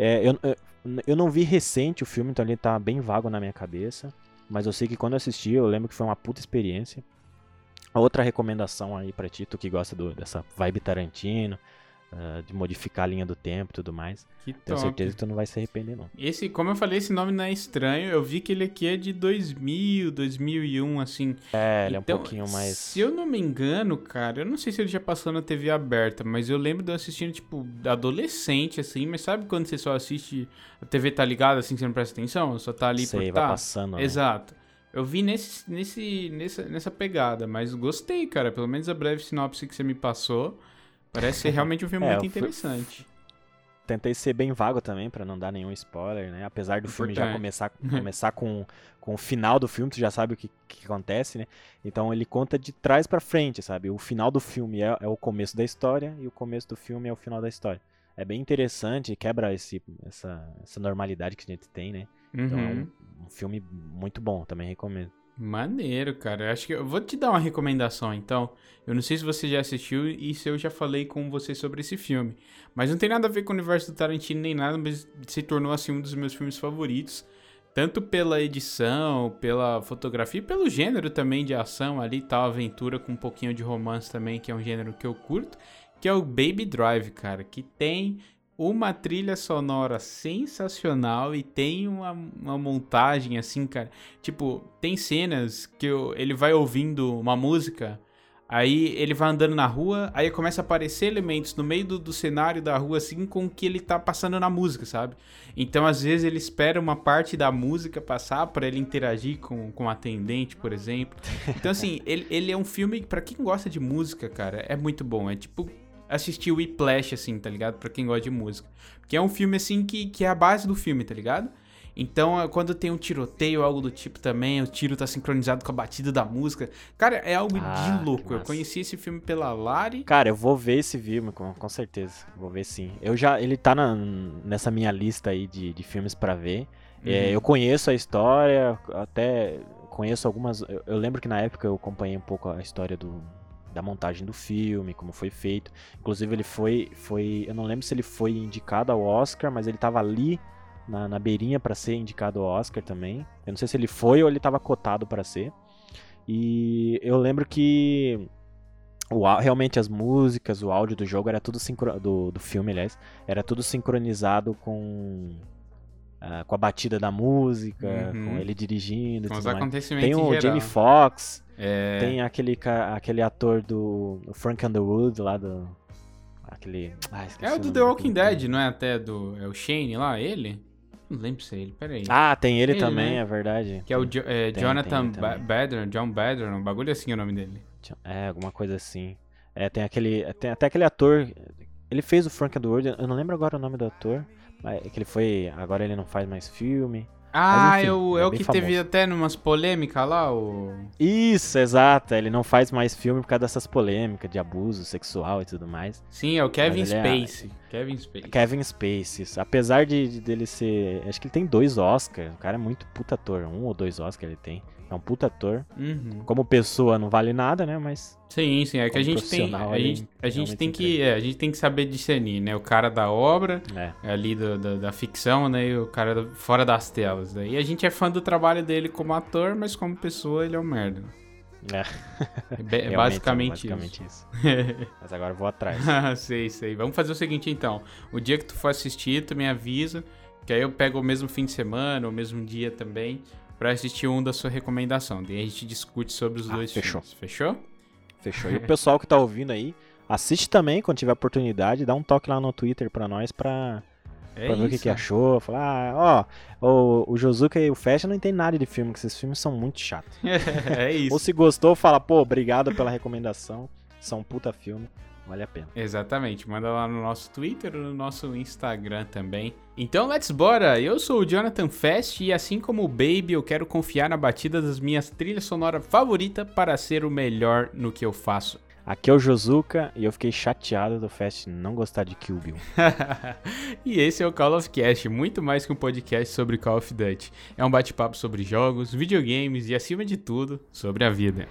S2: Eu não vi recente o filme, então ele tá bem vago na minha cabeça. Mas eu sei que quando eu assisti, eu lembro que foi uma puta experiência. Outra recomendação aí pra ti, tu que gosta dessa vibe Tarantino, de modificar a linha do tempo e tudo mais. Tenho certeza que tu não vai se arrepender, não.
S1: Como eu falei, esse nome não é estranho. Eu vi que ele aqui é de 2000, 2001, assim.
S2: Ele é um pouquinho mais...
S1: Se eu não me engano, cara, eu não sei se ele já passou na TV aberta, mas eu lembro de eu assistindo, tipo, adolescente, assim. Mas sabe quando você só assiste, a TV tá ligada, assim, você não presta atenção? Só tá ali
S2: vai passando, né?
S1: Exato. Eu vi nessa pegada, mas gostei, cara. Pelo menos a breve sinopse que você me passou. Parece ser realmente um filme muito interessante.
S2: Tentei ser bem vago também, pra não dar nenhum spoiler, né? Apesar do filme já começar com o final do filme, tu já sabe o que acontece, né? Então ele conta de trás pra frente, sabe? O final do filme é o começo da história e o começo do filme é o final da história. É bem interessante, quebra essa normalidade que a gente tem, né? Então é um filme muito bom, também recomendo.
S1: Maneiro, cara. Acho que eu vou te dar uma recomendação, então. Eu não sei se você já assistiu e se eu já falei com você sobre esse filme. Mas não tem nada a ver com o universo do Tarantino nem nada, mas se tornou, assim, um dos meus filmes favoritos. Tanto pela edição, pela fotografia e pelo gênero também de ação ali, tal, aventura com um pouquinho de romance também, que é um gênero que eu curto. Que é o Baby Drive, cara. Que tem uma trilha sonora sensacional e tem uma montagem assim, cara. Tipo, tem cenas que ele vai ouvindo uma música, aí ele vai andando na rua, aí começa a aparecer elementos no meio do cenário da rua, assim, com o que ele tá passando na música, sabe? Então, às vezes, ele espera uma parte da música passar pra ele interagir com o atendente, por exemplo. Então, assim, ele é um filme que, pra quem gosta de música, cara, é muito bom. É tipo assistir o Whiplash, assim, tá ligado? Pra quem gosta de música. Porque é um filme, assim, que é a base do filme, tá ligado? Então, quando tem um tiroteio, algo do tipo também, o tiro tá sincronizado com a batida da música. Cara, é algo de louco. Eu conheci esse filme pela Lari.
S2: Cara, eu vou ver esse filme, com certeza. Vou ver sim. Ele tá nessa minha lista aí de filmes pra ver. Eu conheço a história, até conheço algumas... Eu lembro que na época eu acompanhei um pouco a história da montagem do filme, como foi feito. Inclusive ele foi... Eu não lembro se ele foi indicado ao Oscar, mas ele tava ali na beirinha pra ser indicado ao Oscar também. Eu não sei se ele foi ou ele tava cotado pra ser. E eu lembro que realmente as músicas, o áudio do jogo era tudo do filme, aliás, era tudo sincronizado com a batida da música, com ele dirigindo,
S1: com os
S2: tudo
S1: acontecimentos
S2: mais. Tem o
S1: geral.
S2: Jamie Foxx, tem aquele ator do Frank Underwood lá do aquele,
S1: é o do The Walking Dead, não é até é o Shane lá, ele? Não lembro se é ele, peraí.
S2: Tem ele também, né? É verdade.
S1: Que é o Jonathan Badner, John Badner, um bagulho assim é o nome dele.
S2: Alguma coisa assim. Tem até aquele ator, ele fez o Frank Underwood, eu não lembro agora o nome do ator, mas que ele foi, agora ele não faz mais filme. Mas, enfim,
S1: é o que
S2: famoso.
S1: teve até numas polêmicas lá,
S2: Isso, exato, ele não faz mais filme por causa dessas polêmicas de abuso sexual e tudo mais.
S1: Sim, é o Kevin Spacey.
S2: Kevin Spacey, isso. Apesar dele ser, acho que ele tem 2 Oscars, o cara é muito puta ator, 1 ou 2 Oscars ele tem. É um puta ator. Como pessoa não vale nada, né, mas...
S1: Sim, é que a gente tem que saber discernir, né, o cara da obra, ali da ficção, né, e o cara fora das telas, né? E a gente é fã do trabalho dele como ator, mas como pessoa ele é um merda. É basicamente isso.
S2: Mas agora eu vou atrás.
S1: Sei. Vamos fazer o seguinte, então. O dia que tu for assistir, tu me avisa, que aí eu pego o mesmo fim de semana, o mesmo dia também, pra assistir um da sua recomendação. Daí a gente discute sobre os dois filmes. Fechou?
S2: Fechou. E o pessoal que tá ouvindo aí, assiste também quando tiver oportunidade, dá um toque lá no Twitter pra nós pra ver o que achou. Falar, o Josuka e o Fecha não entendem nada de filme, que esses filmes são muito chatos.
S1: É isso.
S2: Ou se gostou, fala, pô, obrigado pela recomendação, são um puta filme. Vale a pena.
S1: Exatamente. Manda lá no nosso Twitter ou no nosso Instagram também. Então, let's bora! Eu sou o Jonathan Fest e assim como o Baby, eu quero confiar na batida das minhas trilhas sonoras favoritas para ser o melhor no que eu faço.
S2: Aqui é o Josuka e eu fiquei chateado do Fest não gostar de Kill Bill.
S1: E esse é o Call of Cast, muito mais que um podcast sobre Call of Duty. É um bate-papo sobre jogos, videogames e, acima de tudo, sobre a vida.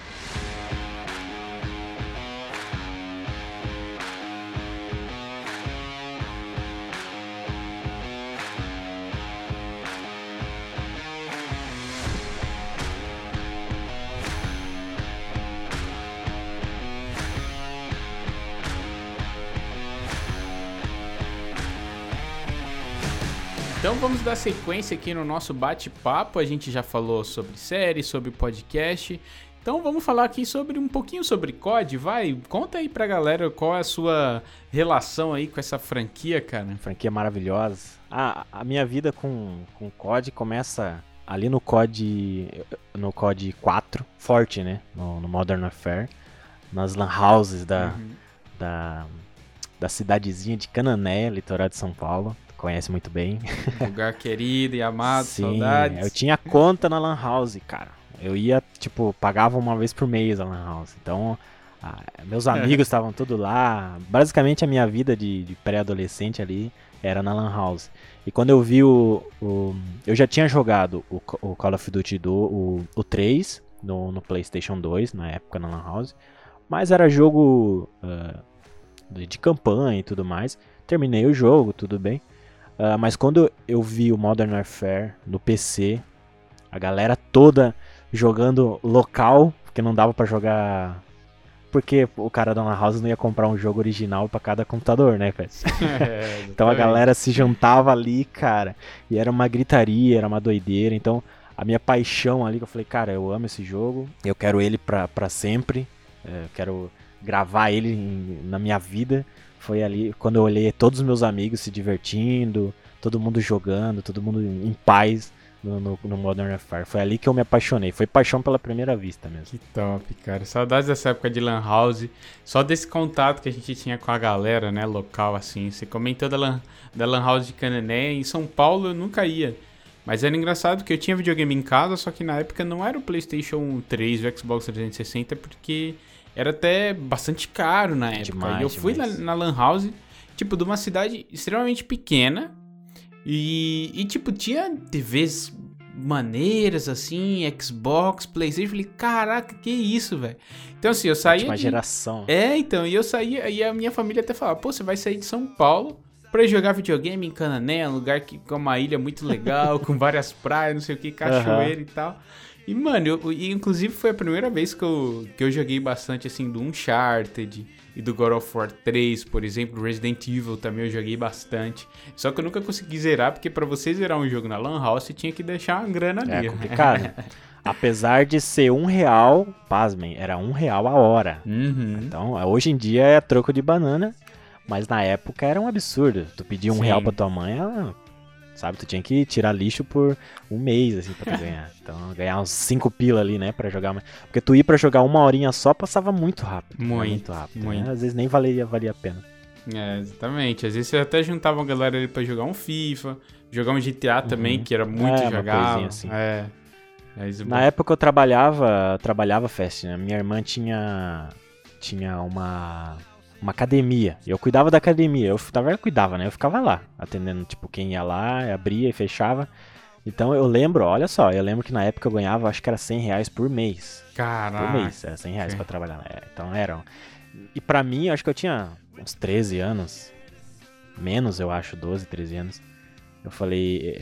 S1: Então vamos dar sequência aqui no nosso bate-papo. A gente já falou sobre série, sobre podcast. Então vamos falar aqui um pouquinho sobre COD, vai? Conta aí pra galera qual é a sua relação aí com essa franquia, cara.
S2: Franquia maravilhosa. A minha vida com COD começa ali no COD 4, forte, né? No Modern Warfare. Nas lan houses da cidadezinha de Canané, litoral de São Paulo. Conhece muito bem.
S1: Lugar querido e amado,
S2: sim,
S1: saudades.
S2: Eu tinha conta na lan house, cara. Eu ia, pagava uma vez por mês a lan house. Então, meus amigos estavam tudo lá. Basicamente, a minha vida de pré-adolescente ali era na lan house. E quando eu vi eu já tinha jogado o Call of Duty o 3 no PlayStation 2, na época na lan house. Mas era jogo de campanha e tudo mais. Terminei o jogo, tudo bem. Mas quando eu vi o Modern Warfare no PC, a galera toda jogando local, porque não dava pra jogar porque o cara da Lan House não ia comprar um jogo original pra cada computador, né, velho?
S1: É,
S2: Então a galera se juntava ali, cara, e era uma gritaria, era uma doideira. Então a minha paixão ali, que eu falei, cara, eu amo esse jogo, eu quero ele pra sempre, eu quero gravar ele na minha vida. Foi ali quando eu olhei todos os meus amigos se divertindo, todo mundo jogando, todo mundo em paz no Modern Warfare. Foi ali que eu me apaixonei. Foi paixão pela primeira vista mesmo.
S1: Que top, cara. Saudades dessa época de Lan House. Só desse contato que a gente tinha com a galera, né, local, assim. Você comentou da Lan House de Canané. Em São Paulo eu nunca ia. Mas era engraçado que eu tinha videogame em casa, só que na época não era o PlayStation 3 e o Xbox 360, porque era até bastante caro na época.
S2: Demais,
S1: e eu fui na Lan House, tipo, de uma cidade extremamente pequena. E tipo, tinha TVs maneiras, assim, Xbox, PlayStation. Eu falei, caraca, que isso, velho? Então, assim, eu saía
S2: Uma geração.
S1: então, e eu saía, e a minha família até falava, pô, você vai sair de São Paulo pra jogar videogame em Canané, um lugar com uma ilha muito legal, com várias praias, não sei o que, cachoeira e tal. E, mano, inclusive foi a primeira vez que eu joguei bastante, assim, do Uncharted e do God of War 3, por exemplo. Resident Evil também eu joguei bastante. Só que eu nunca consegui zerar, porque pra você zerar um jogo na Lan House, você tinha que deixar uma grana ali.
S2: É complicado. Apesar de ser R$1, pasmem, era R$1 a hora.
S1: Uhum.
S2: Então, hoje em dia é troco de banana, mas na época era um absurdo. Tu pedia R$1 pra tua mãe, ela... Sabe, tu tinha que tirar lixo por um mês, assim, pra tu ganhar. Então, ganhar uns 5 pila ali, né, pra jogar. Porque tu ir pra jogar uma horinha só, passava muito rápido. Muito rápido. Né? Às vezes nem valia a pena.
S1: É, exatamente. Às vezes você até juntava uma galera ali pra jogar um FIFA, jogar um GTA também, que era muito jogável.
S2: Assim.
S1: Na
S2: época eu trabalhava Fest, né? Minha irmã tinha uma academia. E eu cuidava da academia. Na verdade, eu cuidava, né? Eu ficava lá, atendendo, tipo, quem ia lá, abria e fechava. Então eu lembro, olha só, que na época eu ganhava, acho que era R$100 por mês.
S1: Caraca.
S2: Por mês, era R$100 pra trabalhar. Então era. E pra mim, acho que eu tinha uns 13 anos. Menos, eu acho, 12, 13 anos. Eu falei,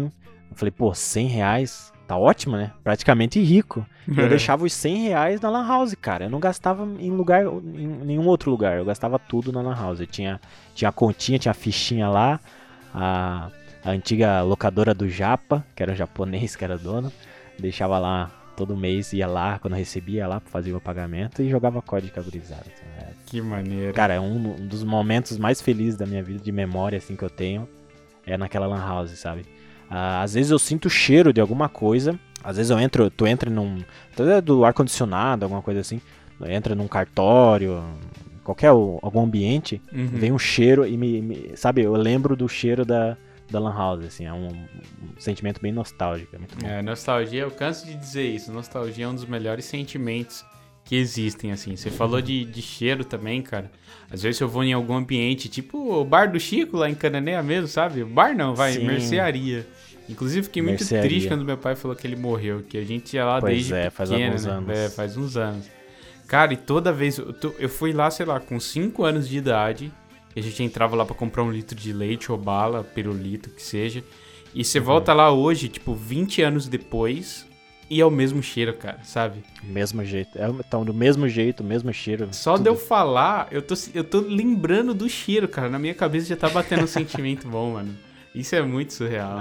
S2: pô, R$100, tá ótimo, né? Praticamente rico. Eu deixava os R$100 na Lan House, cara. Eu não gastava em nenhum outro lugar. Eu gastava tudo na Lan House. Eu tinha a continha, tinha a fichinha lá. A antiga locadora do Japa, que era um japonês que era dono. Deixava lá todo mês, ia lá, quando recebia lá, fazia o pagamento e jogava código caburizado. Então,
S1: que maneiro.
S2: Cara, é um dos momentos mais felizes da minha vida, de memória, assim, que eu tenho. É naquela Lan House, sabe? Às vezes eu sinto o cheiro de alguma coisa. Às vezes tu entra do ar-condicionado, alguma coisa assim. Entra num cartório, algum ambiente, vem um cheiro e sabe, eu lembro do cheiro da Lan House, assim, é um sentimento bem nostálgico, é muito bom.
S1: Nostalgia, eu canso de dizer isso, nostalgia é um dos melhores sentimentos que existem, assim. Você falou de cheiro também, cara. Às vezes eu vou em algum ambiente, tipo o bar do Chico lá em Cananéia mesmo, sabe? Bar não, mercearia. Inclusive fiquei muito triste quando meu pai falou que ele morreu, que a gente ia lá desde pequeno,
S2: faz alguns anos.
S1: Faz uns anos. Cara, e toda vez, eu fui lá, sei lá, com 5 anos de idade, e a gente entrava lá pra comprar 1 litro de leite ou bala, pirulito, que seja, e você volta lá hoje, tipo, 20 anos depois, e é o mesmo cheiro, cara, sabe?
S2: Mesmo jeito, então do mesmo jeito, mesmo cheiro.
S1: Só tudo. De eu falar, eu tô lembrando do cheiro, cara, na minha cabeça já tá batendo um sentimento bom, mano. Isso é muito surreal.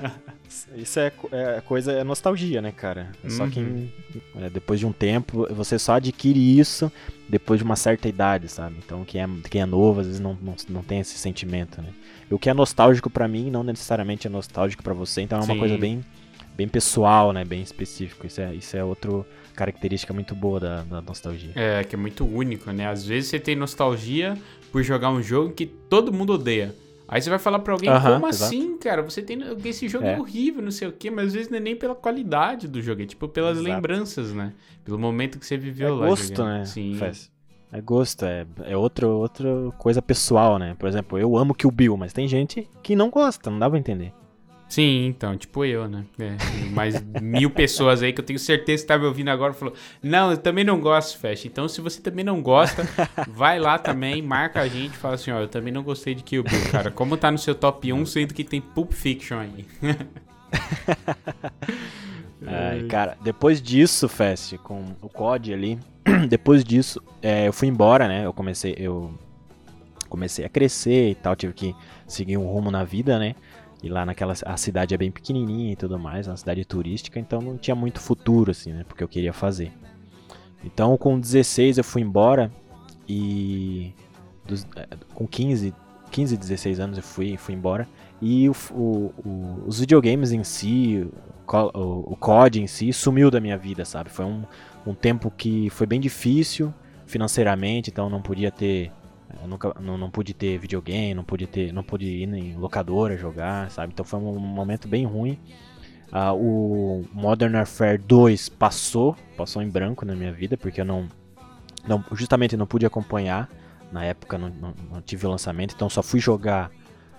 S2: Isso é nostalgia, né, cara? Só que depois de um tempo, você só adquire isso depois de uma certa idade, sabe? Então quem é novo, às vezes não tem esse sentimento, né? E o que é nostálgico pra mim, não necessariamente é nostálgico pra você, então é uma coisa bem pessoal, né? Bem específico. Isso é outra característica muito boa da nostalgia.
S1: Que é muito único, né? Às vezes você tem nostalgia por jogar um jogo que todo mundo odeia. Aí você vai falar pra alguém, como assim, cara? Você tem esse jogo é horrível, não sei o quê, mas às vezes não é nem pela qualidade do jogo, é tipo pelas lembranças, né? Pelo momento que você viveu lá.
S2: É gosto, jogando. Né?
S1: Sim.
S2: É gosto, é outra coisa pessoal, né? Por exemplo, eu amo Kill Bill, mas tem gente que não gosta, não dá pra entender.
S1: Sim, então, tipo eu, né? Mais 1000 pessoas aí que eu tenho certeza que tá me ouvindo agora falou, não, eu também não gosto, Fast. Então, se você também não gosta, vai lá também, marca a gente e fala assim, ó, eu também não gostei de Kill Bill, cara. Como tá no seu top 1, sendo que tem Pulp Fiction aí.
S2: Cara, depois disso, Fest, com o COD ali, depois disso, eu fui embora, né? Eu comecei a crescer e tal, tive que seguir um rumo na vida, né? E lá a cidade é bem pequenininha e tudo mais, uma cidade turística, então não tinha muito futuro, assim, né? Porque eu queria fazer. Então, com 16 eu fui embora e com 15, 16 anos eu fui embora. E os videogames em si, o COD em si, sumiu da minha vida, sabe? Foi um tempo que foi bem difícil financeiramente, então não podia ter... não pude ter videogame, não pude ir em locadora jogar, sabe? Então foi um momento bem ruim. O Modern Warfare 2 passou em branco na minha vida, porque eu justamente não pude acompanhar. Na época não tive o lançamento, então só fui jogar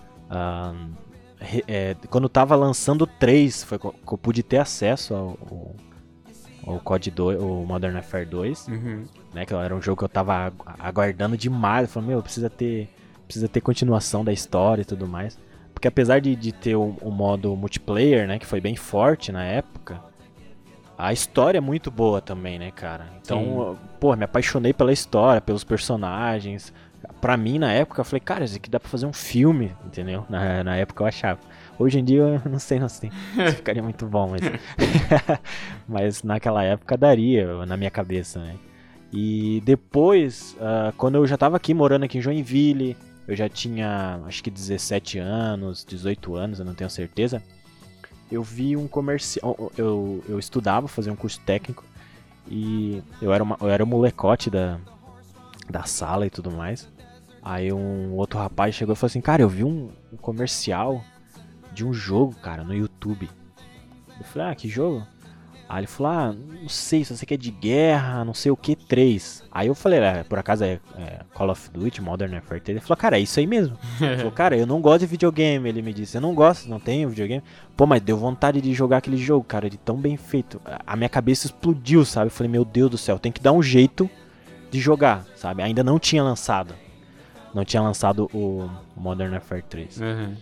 S2: quando tava lançando o 3, foi que eu pude ter acesso ao COD 2, o Modern Warfare 2, né, que era um jogo que eu tava aguardando demais. Eu falei, precisa ter continuação da história e tudo mais. Porque apesar de ter o modo multiplayer, né, que foi bem forte na época, a história é muito boa também, né, cara? Então, me apaixonei pela história, pelos personagens. Pra mim, na época, eu falei, cara, isso aqui dá pra fazer um filme, entendeu? Na época eu achava. Hoje em dia, eu não sei, isso ficaria muito bom, mas... mas naquela época daria, na minha cabeça, né? E depois, quando eu já tava morando aqui em Joinville, eu já tinha, acho que 17 anos, 18 anos, eu não tenho certeza. Eu vi um comercial, eu estudava, fazia um curso técnico, e eu era o molecote da sala e tudo mais. Aí um outro rapaz chegou e falou assim, cara, eu vi um comercial de um jogo, cara, no YouTube. Eu falei, que jogo? Aí ele falou, não sei, só sei que é de guerra, não sei o que, 3. Aí eu falei, por acaso é Call of Duty, Modern Warfare 3. Ele falou, cara, é isso aí mesmo. Ele falou, cara, eu não gosto de videogame. Ele me disse, eu não gosto, não tenho videogame. Pô, mas deu vontade de jogar aquele jogo, cara, de tão bem feito. A minha cabeça explodiu, sabe? Eu falei, meu Deus do céu, tem que dar um jeito de jogar, sabe? Ainda não tinha lançado. Não tinha lançado o Modern Warfare 3.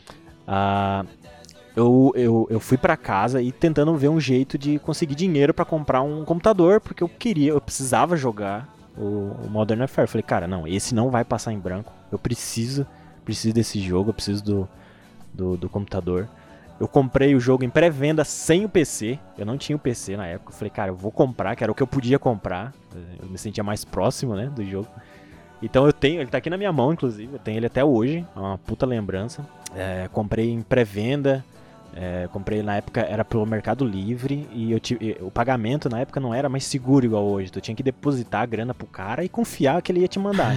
S2: Eu fui pra casa e tentando ver um jeito de conseguir dinheiro pra comprar um computador, porque eu precisava jogar o Modern Warfare. Eu falei, cara, não, esse não vai passar em branco. Eu preciso desse jogo, eu preciso do computador. Eu comprei o jogo em pré-venda sem o PC. Eu não tinha o PC na época. Eu falei, cara, eu vou comprar, que era o que eu podia comprar. Eu me sentia mais próximo, né, do jogo. Então ele tá aqui na minha mão, inclusive. Eu tenho ele até hoje, é uma puta lembrança. Comprei em pré-venda. Comprei na época, era pelo Mercado Livre, e o pagamento na época não era mais seguro igual hoje. Tu tinha que depositar a grana pro cara e confiar que ele ia te mandar.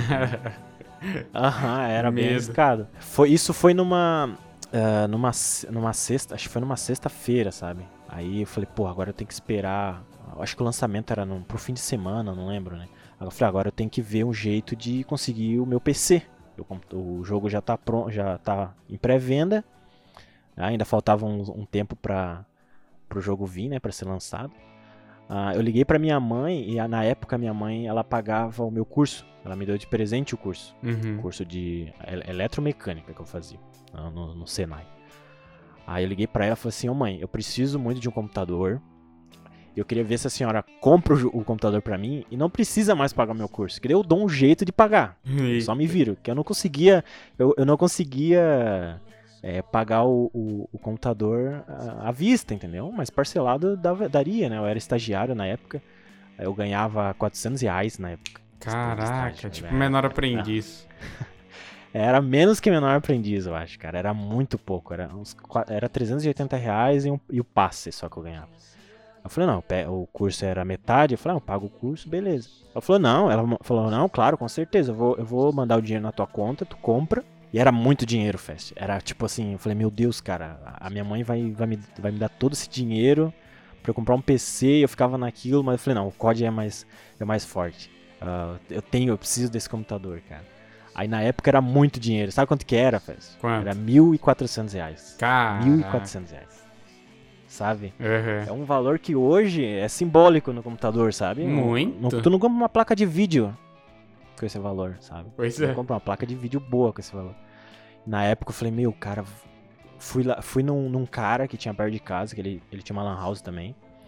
S2: Era bem arriscado. Isso foi numa sexta, acho que foi numa sexta-feira, sabe? Aí eu falei, agora eu tenho que esperar. Acho que o lançamento era pro fim de semana, não lembro, né? Aí eu falei, agora eu tenho que ver um jeito de conseguir o meu PC. O jogo já tá pronto, já tá em pré-venda. Ainda faltava um tempo pro jogo vir, né, pra ser lançado. Eu liguei pra minha mãe, e na época minha mãe, ela pagava o meu curso. Ela me deu de presente o curso. O curso de eletromecânica que eu fazia no Senai. Aí eu liguei pra ela e falei assim, mãe, eu preciso muito de um computador. Eu queria ver se a senhora compra o computador pra mim e não precisa mais pagar o meu curso. Que daí eu dou um jeito de pagar. Só me viro. Que eu não conseguia... Eu não conseguia... pagar o computador à vista, entendeu? Mas parcelado daria, né? Eu era estagiário na época, eu ganhava R$400 na época.
S1: Caraca, estágio, tipo menor aprendiz.
S2: Era menos que menor aprendiz, eu acho, cara. Era muito pouco, era R$380 e o passe só que eu ganhava. Eu falei, não, o curso era metade, eu falei, eu pago o curso, beleza. Ela falou, não, claro, com certeza, eu vou mandar o dinheiro na tua conta, tu compra. E era muito dinheiro, Fest. Era tipo assim, eu falei, meu Deus, cara, a minha mãe vai me dar todo esse dinheiro pra eu comprar um PC, eu ficava naquilo, mas eu falei, não, o COD é mais forte. Eu preciso desse computador, cara. Aí na época era muito dinheiro. Sabe quanto que era, Fest?
S1: Quanto?
S2: Era R$1.400.
S1: Caraca.
S2: R$1.400. Sabe?
S1: Uhum.
S2: É um valor que hoje é simbólico no computador, sabe?
S1: Muito.
S2: Tu não compra uma placa de vídeo com esse valor, sabe?
S1: Pois
S2: eu comprar uma placa de vídeo boa com esse valor. Na época eu falei, meu, cara, fui num cara que tinha perto de casa, que ele tinha uma lan house também.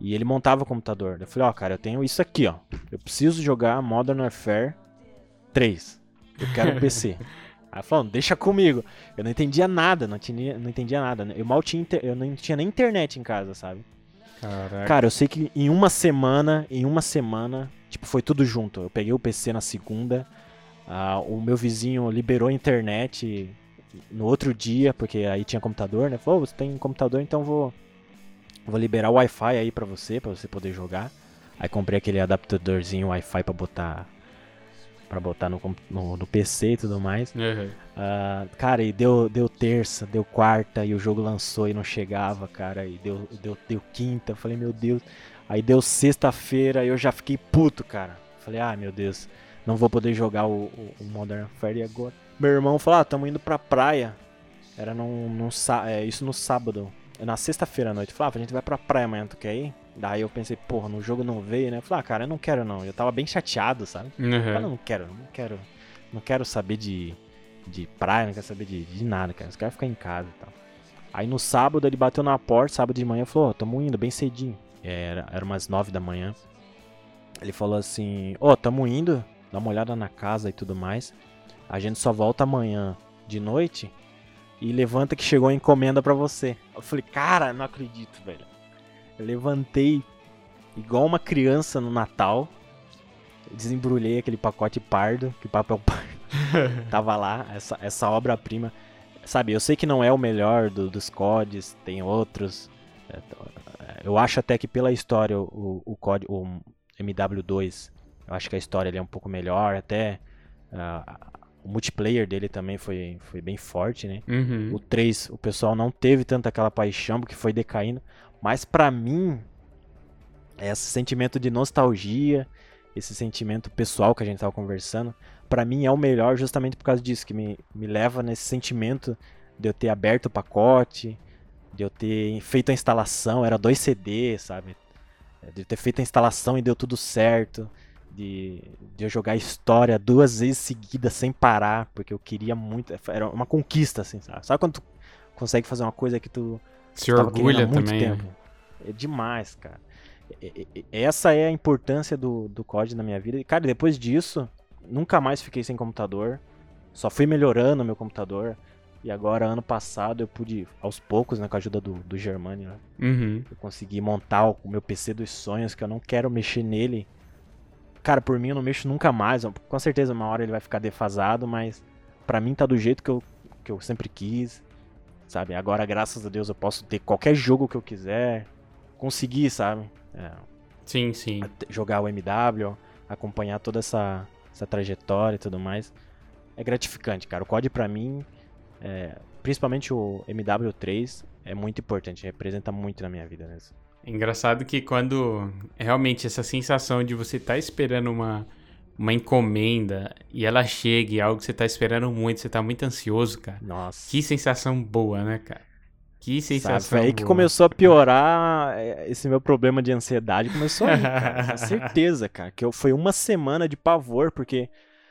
S2: E ele montava o computador. Eu falei, cara, eu tenho isso aqui, ó. Eu preciso jogar Modern Warfare 3. Eu quero um PC. Aí ele falou, deixa comigo. Eu não entendia nada, não entendia nada. Eu não tinha nem internet em casa, sabe?
S1: Caraca.
S2: Cara, eu sei que em uma semana, tipo, foi tudo junto. Eu peguei o PC na segunda, o meu vizinho liberou a internet no outro dia, porque aí tinha computador, né? Falou, você tem computador, então vou liberar o Wi-Fi aí pra você poder jogar. Aí comprei aquele adaptadorzinho Wi-Fi pra botar no PC e tudo mais.
S1: Uhum.
S2: Cara, e deu terça, deu quarta, e o jogo lançou e não chegava, cara. E deu quinta, eu falei, meu Deus. Aí deu sexta-feira e eu já fiquei puto, cara. Falei, meu Deus, não vou poder jogar o Modern Warfare agora. Meu irmão falou, tamo indo pra praia. Era isso no sábado. Na sexta-feira à noite. Falei, a gente vai pra praia amanhã, tu quer ir? Daí eu pensei, porra, no jogo não veio, né? Eu falei, cara, eu não quero não. Eu tava bem chateado, sabe? Eu falei, não quero saber de praia, não quero saber de nada, cara. Eu quero ficar em casa e tal. Aí no sábado ele bateu na porta, sábado de manhã, falou, tamo indo bem cedinho. Era umas 9 da manhã. Ele falou assim, tamo indo, dá uma olhada na casa e tudo mais. A gente só volta amanhã de noite e levanta que chegou a encomenda pra você. Eu falei, cara, não acredito, velho. Eu levantei igual uma criança no Natal. Desembrulhei aquele pacote pardo, que papel pardo. Tava lá, essa obra-prima. Sabe, eu sei que não é o melhor dos CODs, tem outros. Eu acho até que pela história o COD, o MW2, eu acho que a história ele é um pouco melhor. Até o multiplayer dele também foi bem forte, né?
S1: Uhum.
S2: O 3, o pessoal não teve tanta aquela paixão, porque foi decaindo. Mas pra mim, esse sentimento de nostalgia, esse sentimento pessoal que a gente tava conversando, pra mim é o melhor justamente por causa disso, que me leva nesse sentimento de eu ter aberto o pacote, de eu ter feito a instalação, era 2 CDs, sabe? De eu ter feito a instalação e deu tudo certo, de eu jogar a história 2 vezes seguidas sem parar, porque eu queria muito, era uma conquista, assim, sabe? Sabe quando tu consegue fazer uma coisa que tu
S1: Se
S2: tava querendo
S1: orgulha
S2: há muito
S1: também.
S2: tempo? É demais, cara. Essa é a importância do COD na minha vida. E, cara, depois disso, nunca mais fiquei sem computador. Só fui melhorando o meu computador. E agora, ano passado, eu pude, aos poucos, né, com a ajuda do Germani, né,
S1: Uhum.
S2: eu consegui montar o meu PC dos sonhos, que eu não quero mexer nele. Cara, por mim eu não mexo nunca mais. Com certeza uma hora ele vai ficar defasado, mas pra mim tá do jeito que eu sempre quis. Sabe, agora graças a Deus eu posso ter qualquer jogo que eu quiser, conseguir, sabe,
S1: Sim.
S2: jogar o MW, acompanhar toda essa trajetória e tudo mais. É gratificante, cara. O COD pra mim, principalmente o MW3, é muito importante, representa muito na minha vida mesmo.
S1: É engraçado que quando realmente essa sensação de você tá esperando uma encomenda e ela chega e é algo que você tá esperando muito, você tá muito ansioso, cara.
S2: Nossa.
S1: Que sensação boa, né, cara? Que sensação
S2: Foi aí
S1: boa.
S2: que começou a piorar esse meu problema de ansiedade. Começou aí, cara. Com certeza, cara. Que foi uma semana de pavor, porque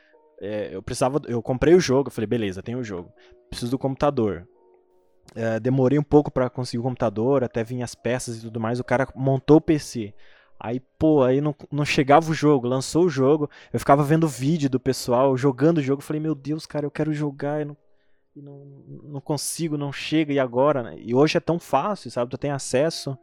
S2: eu comprei o jogo, eu falei, beleza, tenho o jogo. Preciso do computador. Demorei um pouco pra conseguir o computador, até vir as peças e tudo mais. O cara montou o PC. Aí, aí não chegava o jogo, lançou o jogo, eu ficava vendo vídeo do pessoal jogando o jogo, falei, meu Deus, cara, eu quero jogar e não consigo, não chega, e agora? Né? E hoje é tão fácil, sabe, tu tem acesso,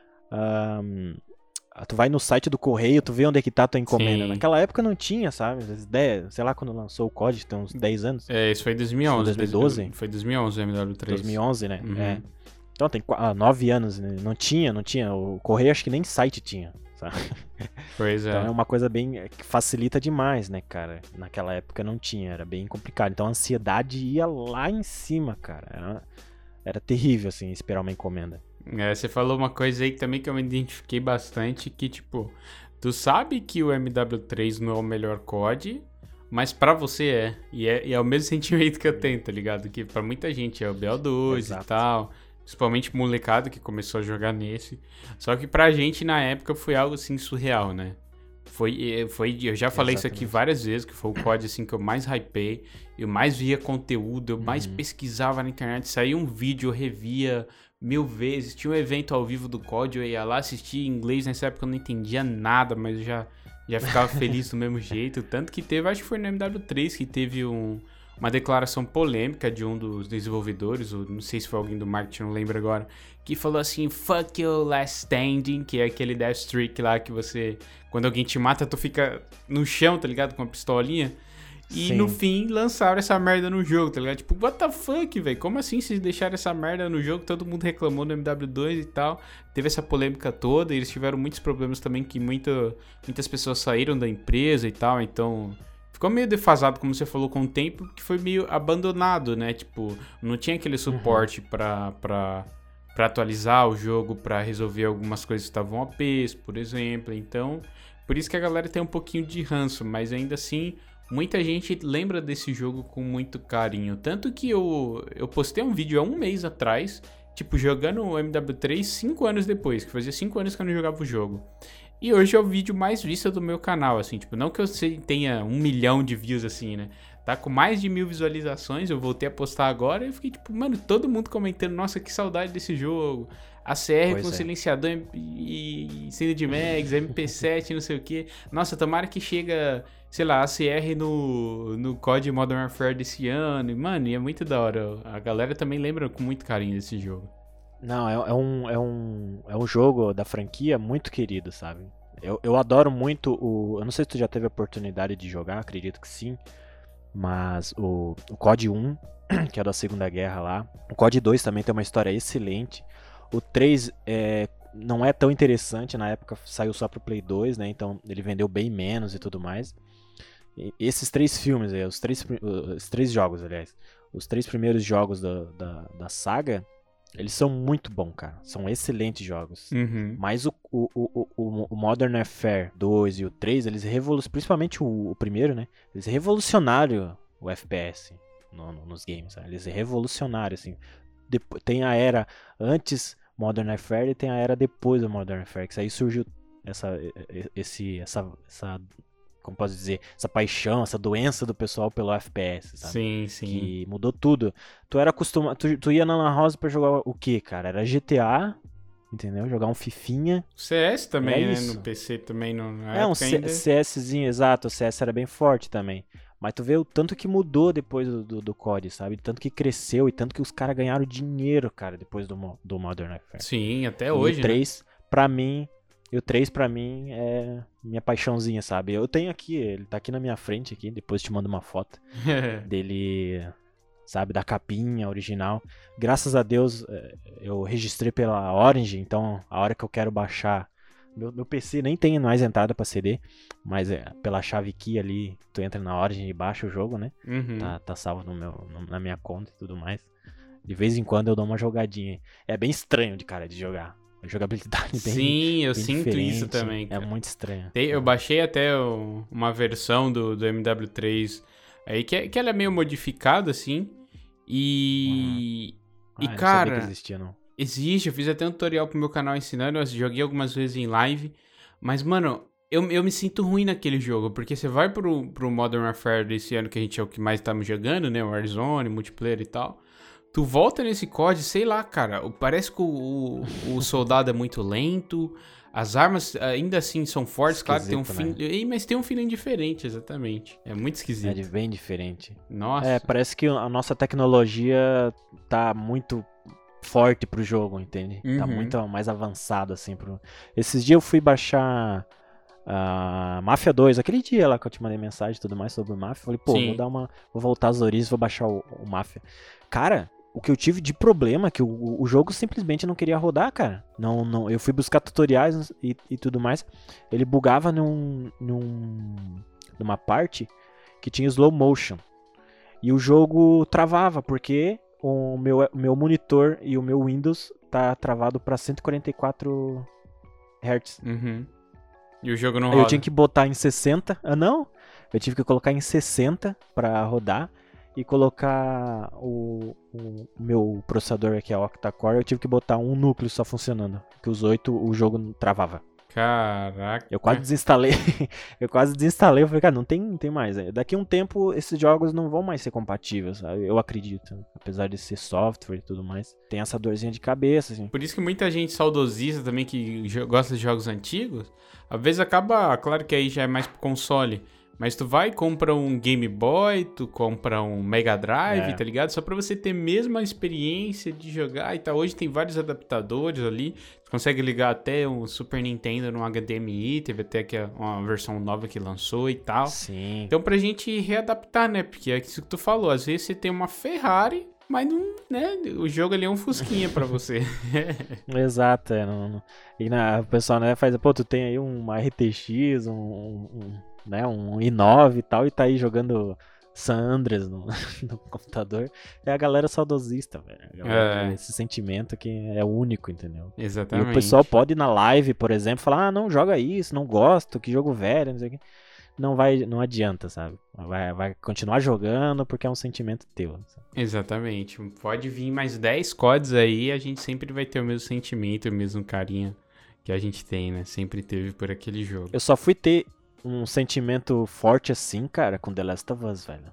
S2: tu vai no site do correio, tu vê onde é que tá a tua encomenda. Sim. Naquela época não tinha, sabe, sei lá quando lançou o COD, tem uns 10 anos.
S1: Isso foi em 2011.
S2: 2012?
S1: Foi 2011 o MW3.
S2: 2011, né,
S1: Uhum.
S2: Então tem 9 anos, né? Não tinha, o correio acho que nem site tinha.
S1: Pois é.
S2: Então é uma coisa que facilita demais, né, cara? Naquela época não tinha, era bem complicado. Então a ansiedade ia lá em cima, cara. Era terrível, assim, esperar uma encomenda.
S1: Você falou uma coisa aí também que eu me identifiquei bastante, que tipo, tu sabe que o MW3 não é o melhor COD, mas pra você é. E é o mesmo sentimento que eu tenho, tá ligado? Que pra muita gente é o BO2 Exato. E tal... Principalmente molecada que começou a jogar nesse. Só que pra gente, na época, foi algo assim surreal, né? Eu já falei isso aqui
S2: Exatamente.
S1: várias vezes, que foi o COD assim, que eu mais hypei, eu mais via conteúdo, eu mais pesquisava na internet, saía um vídeo, eu revia 1000 vezes, tinha um evento ao vivo do COD, eu ia lá assistir em inglês, nessa época eu não entendia nada, mas eu já ficava feliz do mesmo jeito, tanto que teve, acho que foi no MW3 que teve uma declaração polêmica de um dos desenvolvedores, ou não sei se foi alguém do marketing, não lembro agora, que falou assim, fuck you last standing, que é aquele death streak lá que você, quando alguém te mata, tu fica no chão, tá ligado, com a pistolinha, e
S2: Sim.
S1: no fim lançaram essa merda no jogo, tá ligado, tipo, what the fuck, velho, como assim vocês deixaram essa merda no jogo, todo mundo reclamou no MW2 e tal, teve essa polêmica toda, e eles tiveram muitos problemas também, que muitas pessoas saíram da empresa e tal, então... Ficou meio defasado, como você falou, com o tempo, que foi meio abandonado, né? Tipo, não tinha aquele suporte pra atualizar o jogo, pra resolver algumas coisas que estavam OPs, por exemplo. Então, por isso que a galera tem um pouquinho de ranço, mas ainda assim, muita gente lembra desse jogo com muito carinho. Tanto que eu postei um vídeo há um mês atrás, tipo, jogando o MW3 5 anos depois, que fazia 5 anos que eu não jogava o jogo. E hoje é o vídeo mais visto do meu canal, assim, tipo, não que eu tenha 1 milhão de views, assim, né? Tá com mais de 1000 visualizações, eu voltei a postar agora e eu fiquei tipo, mano, todo mundo comentando, nossa, que saudade desse jogo. ACR
S2: Pois
S1: com
S2: é.
S1: silenciador e cena de mags, MP7, não sei o que. Nossa, tomara que chega, sei lá, ACR no COD Modern Warfare desse ano. E, mano, e é muito da hora. A galera também lembra com muito carinho desse jogo.
S2: Não, é um jogo da franquia muito querido, sabe? Eu adoro muito o... Eu não sei se tu já teve a oportunidade de jogar, acredito que sim. Mas o COD 1, que é da Segunda Guerra lá. O COD 2 também tem uma história excelente. O 3 não é tão interessante, na época saiu só pro Play 2, né? Então ele vendeu bem menos e tudo mais. E esses 3 filmes, os 3 jogos, aliás. Os 3 primeiros jogos da saga... Eles são muito bons, cara. São excelentes jogos.
S1: Uhum.
S2: Mas o Modern Warfare 2 e o 3, eles revolucionaram, principalmente o primeiro, né? Eles revolucionaram o FPS nos games. Sabe? Eles revolucionaram, assim. Tem a era antes Modern Warfare e tem a era depois do Modern Warfare. Que aí surgiu essa como posso dizer, essa paixão, essa doença do pessoal pelo FPS, sabe?
S1: Sim, sim.
S2: Que mudou tudo. Tu era acostumado, tu ia na Lan House pra jogar o quê, cara? Era GTA, entendeu? Jogar um fifinha.
S1: CS também, né?
S2: Isso.
S1: No PC também, na
S2: Um
S1: época ainda...
S2: CSzinho, exato. O CS era bem forte também. Mas tu vê o tanto que mudou depois do COD, sabe? Tanto que cresceu e tanto que os caras ganharam dinheiro, cara, depois do Modern Warfare.
S1: Sim, até
S2: E
S1: hoje,
S2: o 3, pra mim... E o 3 pra mim é minha paixãozinha, sabe? Eu tenho aqui, ele tá aqui na minha frente aqui, depois te mando uma foto
S1: né?
S2: dele, sabe, da capinha original. Graças a Deus eu registrei pela Orange, então a hora que eu quero baixar, meu PC nem tem mais entrada pra CD, mas pela chave key ali, tu entra na Orange e baixa o jogo, né?
S1: Uhum.
S2: Tá salvo na minha conta e tudo mais. De vez em quando eu dou uma jogadinha. É bem estranho de jogar. A jogabilidade bem
S1: Sim, eu
S2: bem
S1: sinto
S2: diferente.
S1: isso também,
S2: É
S1: cara.
S2: muito estranho.
S1: Eu baixei até uma versão do MW3 aí que ela é meio modificada, assim. E
S2: Eu não sabia que
S1: cara,
S2: existia, não.
S1: existe. Eu fiz até um tutorial pro meu canal ensinando. Eu joguei algumas vezes em live. Mas, mano, eu me sinto ruim naquele jogo. Porque você vai pro Modern Warfare desse ano, que a gente é o que mais estamos jogando, né? O Warzone, multiplayer e tal. Tu volta nesse COD, sei lá, cara, parece que o soldado é muito lento, as armas ainda assim são fortes, claro, tem um
S2: Esquisito,
S1: feeling, mas tem um feeling diferente, exatamente. É muito esquisito.
S2: Bem diferente.
S1: Nossa.
S2: Parece que a nossa tecnologia tá muito forte pro jogo, entende? Tá
S1: Uhum.
S2: muito mais avançado, assim. Esses dias eu fui baixar Mafia 2, aquele dia lá que eu te mandei mensagem e tudo mais sobre o Mafia. Falei, pô,
S1: Sim.
S2: vou voltar às origens, vou baixar o Mafia. Cara, o que eu tive de problema é que o jogo simplesmente não queria rodar, cara. Não, eu fui buscar tutoriais e tudo mais. Ele bugava numa parte que tinha slow motion. E o jogo travava, porque o meu monitor e o meu Windows tá travado pra 144 Hz.
S1: Uhum. E o jogo não
S2: Aí
S1: roda.
S2: eu tinha que botar em 60. Não. Eu tive que colocar em 60 pra rodar. E colocar o meu processador aqui, a octa-core, eu tive que botar um núcleo só funcionando. Porque os 8 o jogo travava.
S1: Caraca.
S2: Eu quase desinstalei. Eu falei, cara, não tem mais. Daqui a um tempo, esses jogos não vão mais ser compatíveis, sabe? Eu acredito. Apesar de ser software e tudo mais. Tem essa dorzinha de cabeça, assim.
S1: Por isso que muita gente saudosista também, que gosta de jogos antigos, às vezes acaba, claro que aí já é mais pro console, mas tu vai e compra um Game Boy, tu compra um Mega Drive, tá ligado? Só pra você ter mesmo a experiência de jogar e tal. Hoje tem vários adaptadores ali, tu consegue ligar até um Super Nintendo no HDMI, teve até que uma versão nova que lançou e tal.
S2: Sim.
S1: Então pra gente readaptar, né? Porque é isso que tu falou, às vezes você tem uma Ferrari, mas não, né? O jogo ali é um fusquinha pra você.
S2: Exato, E o pessoal, né, faz, pô, tu tem aí uma RTX, né, um i9 e tal, e tá aí jogando San Andreas no computador. É a galera saudosista, velho. Esse sentimento que é único, entendeu?
S1: Exatamente.
S2: E o pessoal pode ir na live, por exemplo, falar, ah, não, joga isso, não gosto, que jogo velho, não sei o quê. Não adianta, sabe? Vai continuar jogando porque é um sentimento teu. Sabe?
S1: Exatamente. Pode vir mais 10 CODs aí, a gente sempre vai ter o mesmo sentimento, o mesmo carinho que a gente tem, né? Sempre teve por aquele jogo.
S2: Eu só fui ter um sentimento forte assim, cara, com The Last of Us, velho.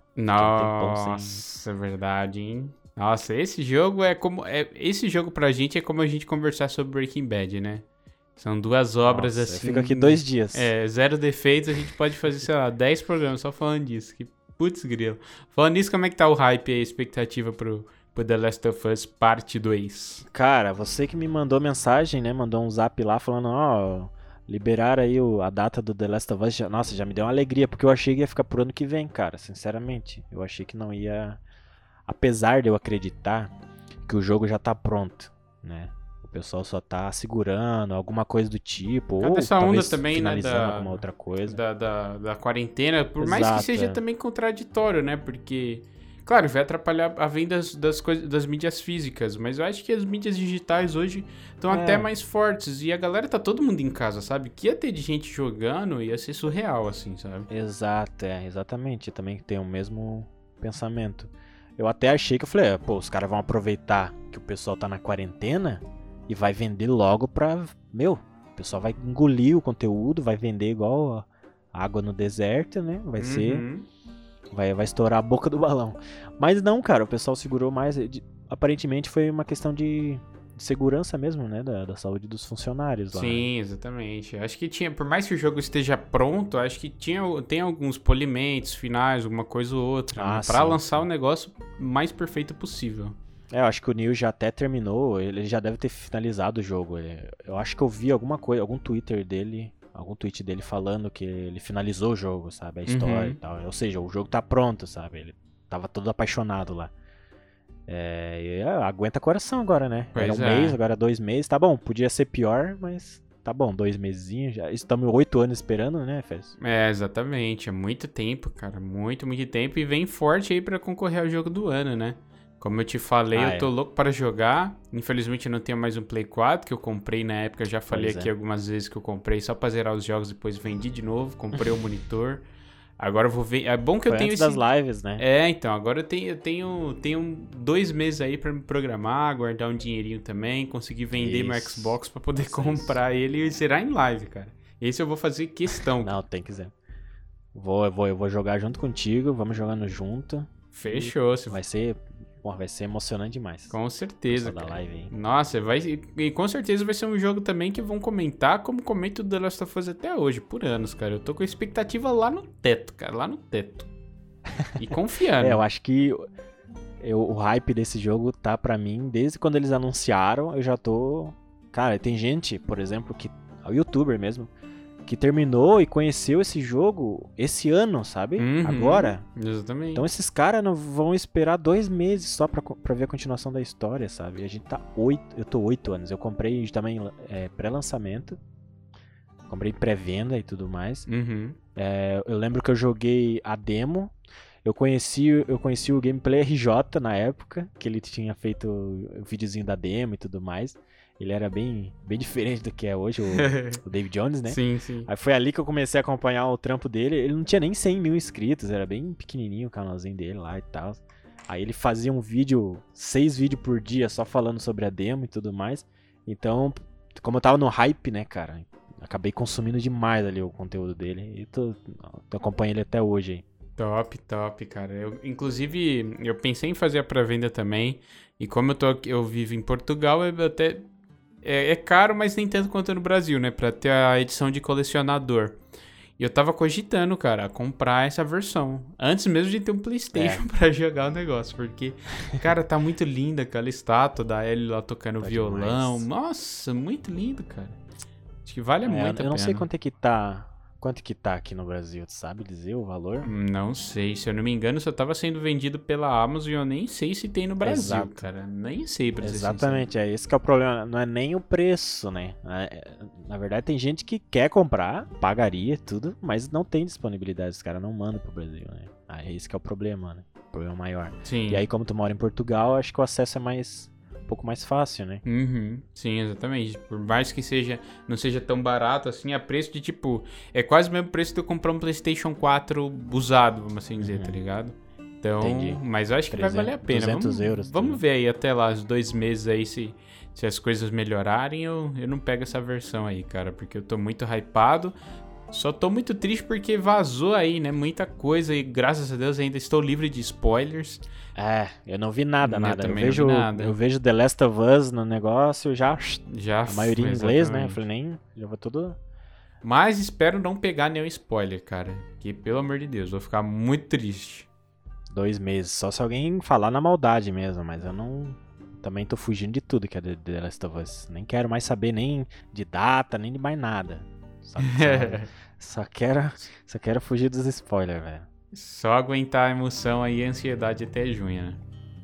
S1: Nossa, é verdade, hein? Nossa, esse jogo esse jogo pra gente é como a gente conversar sobre Breaking Bad, né? São duas obras assim.
S2: Fica aqui 2 dias.
S1: Zero defeitos, a gente pode fazer, sei lá, 10 programas só falando disso. Que putz, grilo. Falando nisso, como é que tá o hype e a expectativa pro The Last of Us Parte 2?
S2: Cara, você que me mandou mensagem, né? Mandou um zap lá falando, ó, liberaram aí a data do The Last of Us. Nossa, já me deu uma alegria, porque eu achei que ia ficar pro ano que vem, cara, sinceramente. Eu achei que não ia... Apesar de eu acreditar que o jogo já tá pronto, né? O pessoal só tá segurando alguma coisa do tipo, ou
S1: essa onda
S2: talvez
S1: também,
S2: finalizando
S1: né,
S2: alguma outra coisa.
S1: Da quarentena, por
S2: Exato,
S1: mais que seja também contraditório, né? Porque, claro, vai atrapalhar a venda das mídias físicas, mas eu acho que as mídias digitais hoje estão até mais fortes. E a galera tá todo mundo em casa, sabe? Que ia ter de gente jogando, ia ser surreal, assim, sabe?
S2: Exato, exatamente. Eu também tenho o mesmo pensamento. Eu até achei que eu falei, pô, os caras vão aproveitar que o pessoal tá na quarentena e vai vender logo pra... Meu, o pessoal vai engolir o conteúdo, vai vender igual água no deserto, né? Vai ser... Vai estourar a boca do balão. Mas não, cara, o pessoal segurou mais... Aparentemente foi uma questão de segurança mesmo, né? Da saúde dos funcionários lá.
S1: Sim, exatamente. Acho que tinha... Por mais que o jogo esteja pronto, acho que tem alguns polimentos finais, alguma coisa ou outra, né? Pra lançar o negócio mais perfeito possível.
S2: Eu acho que o Neil já até terminou, ele já deve ter finalizado o jogo. Eu acho que eu vi alguma coisa, algum tweet dele falando que ele finalizou o jogo, sabe? A história e tal. Ou seja, o jogo tá pronto, sabe? Ele tava todo apaixonado lá. Aguenta coração agora, né? Era um mês, agora 2 meses. Tá bom, podia ser pior, mas tá bom, 2 mesezinhos já. Estamos 8 anos esperando, né, Fez?
S1: Exatamente. É muito tempo, cara. Muito, muito tempo. E vem forte aí pra concorrer ao jogo do ano, né? Como eu te falei, eu tô louco para jogar. Infelizmente eu não tenho mais um Play 4, que eu comprei na época. Já falei aqui algumas vezes que eu comprei só pra zerar os jogos, depois vendi de novo. Comprei o monitor. Agora eu vou ver. É bom que eu tenho
S2: das lives, né?
S1: Então, agora eu tenho 2 meses aí pra me programar, guardar um dinheirinho também, conseguir vender meu Xbox pra poder comprar ele e zerar em live, cara. Esse eu vou fazer questão.
S2: Não, tem que ser. Eu vou jogar junto contigo, vamos jogando junto.
S1: Fechou.
S2: Vai ser emocionante demais.
S1: Com certeza,
S2: da live, hein?
S1: Nossa, e com certeza vai ser um jogo também que vão comentar como comento do The Last of Us até hoje, por anos, cara. Eu tô com a expectativa lá no teto, cara, lá no teto. E confiando.
S2: Eu acho que o hype desse jogo tá pra mim, desde quando eles anunciaram, eu já tô... Cara, tem gente, por exemplo, o youtuber mesmo, que terminou e conheceu esse jogo esse ano, sabe? Agora.
S1: Exatamente.
S2: Então esses caras não vão esperar 2 meses só pra ver a continuação da história, sabe? A gente tá 8... Eu tô 8 anos. Eu comprei também pré-lançamento. Comprei pré-venda e tudo mais. Eu lembro que eu joguei a demo. Eu conheci o Gameplay RJ na época, que ele tinha feito o videozinho da demo e tudo mais. Ele era bem diferente do que é hoje, o David Jones, né?
S1: Sim, sim.
S2: Aí foi ali que eu comecei a acompanhar o trampo dele. Ele não tinha nem 100 mil inscritos, era bem pequenininho o canalzinho dele lá e tal. Aí ele fazia 6 vídeos por dia só falando sobre a demo e tudo mais. Então, como eu tava no hype, né, cara? acabei consumindo demais ali o conteúdo dele. E tô acompanhando ele até hoje aí.
S1: Top, cara. Inclusive, eu pensei em fazer a pré-venda também. E como eu vivo em Portugal, é caro, mas nem tanto quanto no Brasil, né? Pra ter a edição de colecionador. E eu tava cogitando, cara, comprar essa versão. Antes mesmo de ter um PlayStation pra jogar o negócio. Porque, cara, tá muito linda aquela estátua da Ellie lá tocando violão.
S2: Demais.
S1: Nossa, muito lindo, cara. Acho que vale muito a pena.
S2: Eu não sei quanto é que tá. Quanto que tá aqui no Brasil, tu sabe dizer o valor?
S1: Não sei, se eu não me engano, só tava sendo vendido pela Amazon e eu nem sei se tem no Brasil,
S2: Exato.
S1: cara. Nem sei pra ser
S2: Exatamente, é esse que é o problema. Não é nem o preço, né? Na verdade, tem gente que quer comprar, pagaria tudo, mas não tem disponibilidade. Os caras não mandam pro Brasil, né? Aí esse que é o problema, né? O problema maior.
S1: Sim.
S2: E aí, como tu mora em Portugal, acho que o acesso é um pouco mais fácil, né?
S1: Uhum, sim, exatamente. Por mais que não seja tão barato assim, a preço de tipo. É quase o mesmo preço de eu comprar um PlayStation 4 usado, vamos assim dizer, tá ligado? Então,
S2: Entendi.
S1: mas eu acho que vai valer a pena.
S2: 200 euros.
S1: Vamos ver aí até lá, os 2 meses aí, se as coisas melhorarem, eu não pego essa versão aí, cara, porque eu tô muito hypado. Só tô muito triste porque vazou aí, né? Muita coisa e graças a Deus ainda estou livre de spoilers.
S2: Eu não vi nada.
S1: Também não vi nada.
S2: Eu vejo The Last of Us no negócio, já a maioria em inglês, né? Eu falei, já vou tudo...
S1: Mas espero não pegar nenhum spoiler, cara. Que, pelo amor de Deus, vou ficar muito triste.
S2: 2 meses, só se alguém falar na maldade mesmo, mas eu não... Também tô fugindo de tudo que é The Last of Us. Nem quero mais saber nem de data, nem de mais nada. Só quero fugir dos spoilers, velho.
S1: Só aguentar a emoção aí e a ansiedade até junho, né?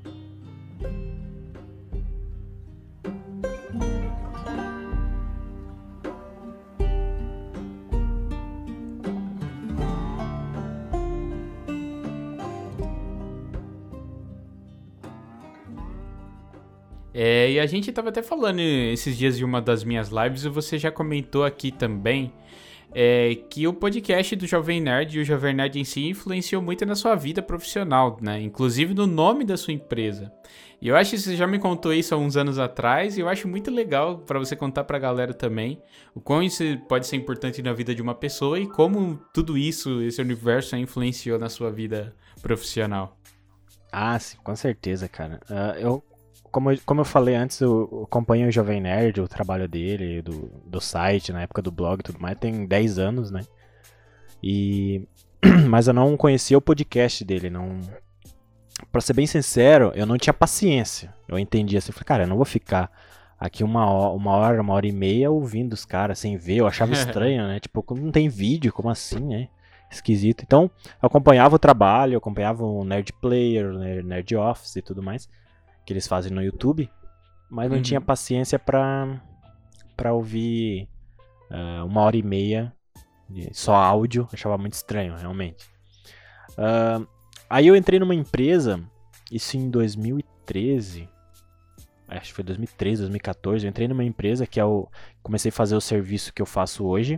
S1: E a gente tava até falando esses dias de uma das minhas lives e você já comentou aqui também que o podcast do Jovem Nerd e o Jovem Nerd em si influenciou muito na sua vida profissional, né? Inclusive no nome da sua empresa. E eu acho que você já me contou isso há uns anos atrás e eu acho muito legal para você contar pra galera também o quão isso pode ser importante na vida de uma pessoa e como tudo isso, esse universo influenciou na sua vida profissional.
S2: Ah, sim, com certeza, cara. Como eu falei antes, eu acompanho o Jovem Nerd, o trabalho dele, do site, na época do blog e tudo mais, tem 10 anos, né? Mas eu não conhecia o podcast dele, não... Pra ser bem sincero, eu não tinha paciência. Eu entendi assim, falei, cara, eu não vou ficar aqui uma hora e meia ouvindo os caras sem ver, eu achava estranho, né? Tipo, não tem vídeo, como assim, né? Esquisito. Então, eu acompanhava o trabalho, eu acompanhava o Nerd Player, o Nerd Office e tudo mais, que eles fazem no YouTube, mas não tinha paciência pra ouvir 1h30 só áudio, achava muito estranho, realmente. Aí eu entrei numa empresa, isso em 2013, acho que foi 2013, 2014, eu entrei numa empresa que comecei a fazer o serviço que eu faço hoje,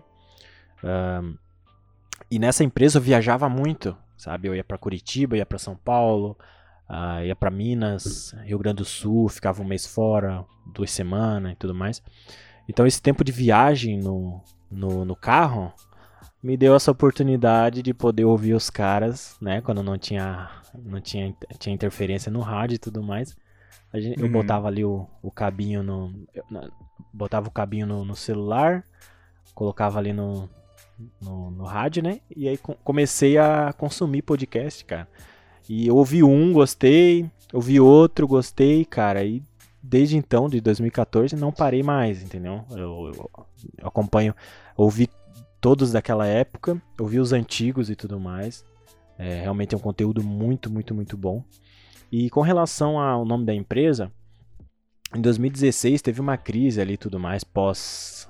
S2: e nessa empresa eu viajava muito, sabe, eu ia pra Curitiba, ia pra São Paulo, ia pra Minas, Rio Grande do Sul, ficava um mês fora, 2 semanas e tudo mais. Então esse tempo de viagem no carro me deu essa oportunidade de poder ouvir os caras, né? Quando não tinha interferência no rádio e tudo mais. Eu botava ali o cabinho botava o cabinho no celular, colocava ali no rádio, né? E aí comecei a consumir podcast, cara. E eu ouvi gostei, ouvi outro, gostei, cara, e desde então, de 2014, não parei mais, entendeu? Eu acompanho, ouvi todos daquela época, ouvi os antigos e tudo mais, realmente é um conteúdo muito, muito, muito bom. E com relação ao nome da empresa, em 2016 teve uma crise ali e tudo mais, pós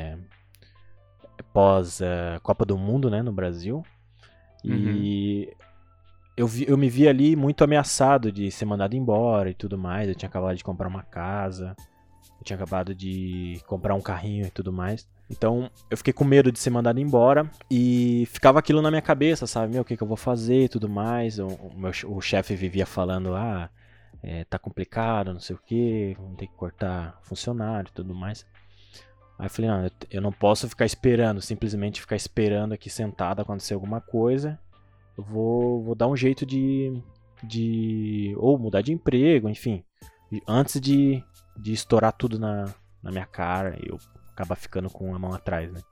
S2: Copa do Mundo, né, no Brasil, e... Eu me vi ali muito ameaçado de ser mandado embora e tudo mais. Eu tinha acabado de comprar uma casa, eu tinha acabado de comprar um carrinho e tudo mais. Então eu fiquei com medo de ser mandado embora e ficava aquilo na minha cabeça, sabe? O que eu vou fazer e tudo mais. O chefe vivia falando, tá complicado, não sei o que, vamos ter que cortar funcionário e tudo mais. Aí eu falei, não, eu não posso ficar esperando, simplesmente ficar esperando aqui sentado acontecer alguma coisa. Eu vou dar um jeito ou mudar de emprego, enfim, antes de estourar tudo na minha cara e eu acabar ficando com a mão atrás, né?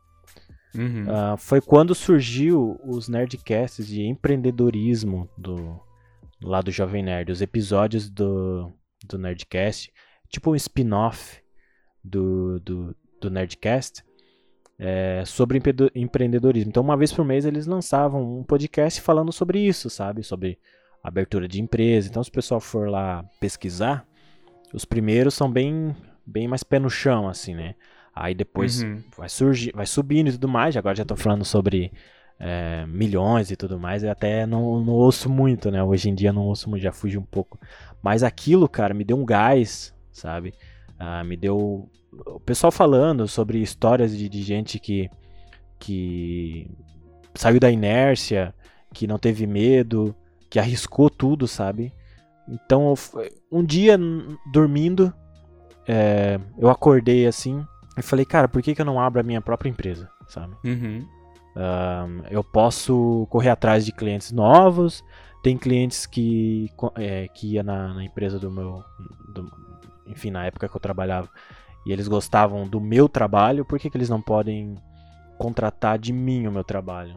S2: Foi quando surgiu os Nerdcasts de empreendedorismo lá do Jovem Nerd, os episódios do Nerdcast, tipo um spin-off do Nerdcast, sobre empreendedorismo. Então, uma vez por mês eles lançavam um podcast falando sobre isso, sabe? Sobre abertura de empresa. Então, se o pessoal for lá pesquisar, os primeiros são bem mais pé no chão, assim, né? Aí depois vai subindo e tudo mais. Agora já estão falando sobre milhões e tudo mais. Eu até não ouço muito, né? Hoje em dia não ouço muito, já fugi um pouco. Mas aquilo, cara, me deu um gás, sabe? Me deu... O pessoal falando sobre histórias de gente que saiu da inércia, que não teve medo, que arriscou tudo, sabe? Então, um dia, dormindo, eu acordei assim e falei, cara, por que eu não abro a minha própria empresa, sabe? Eu posso correr atrás de clientes novos, tem clientes que ia na empresa enfim, na época que eu trabalhava, e eles gostavam do meu trabalho, por que eles não podem contratar de mim o meu trabalho?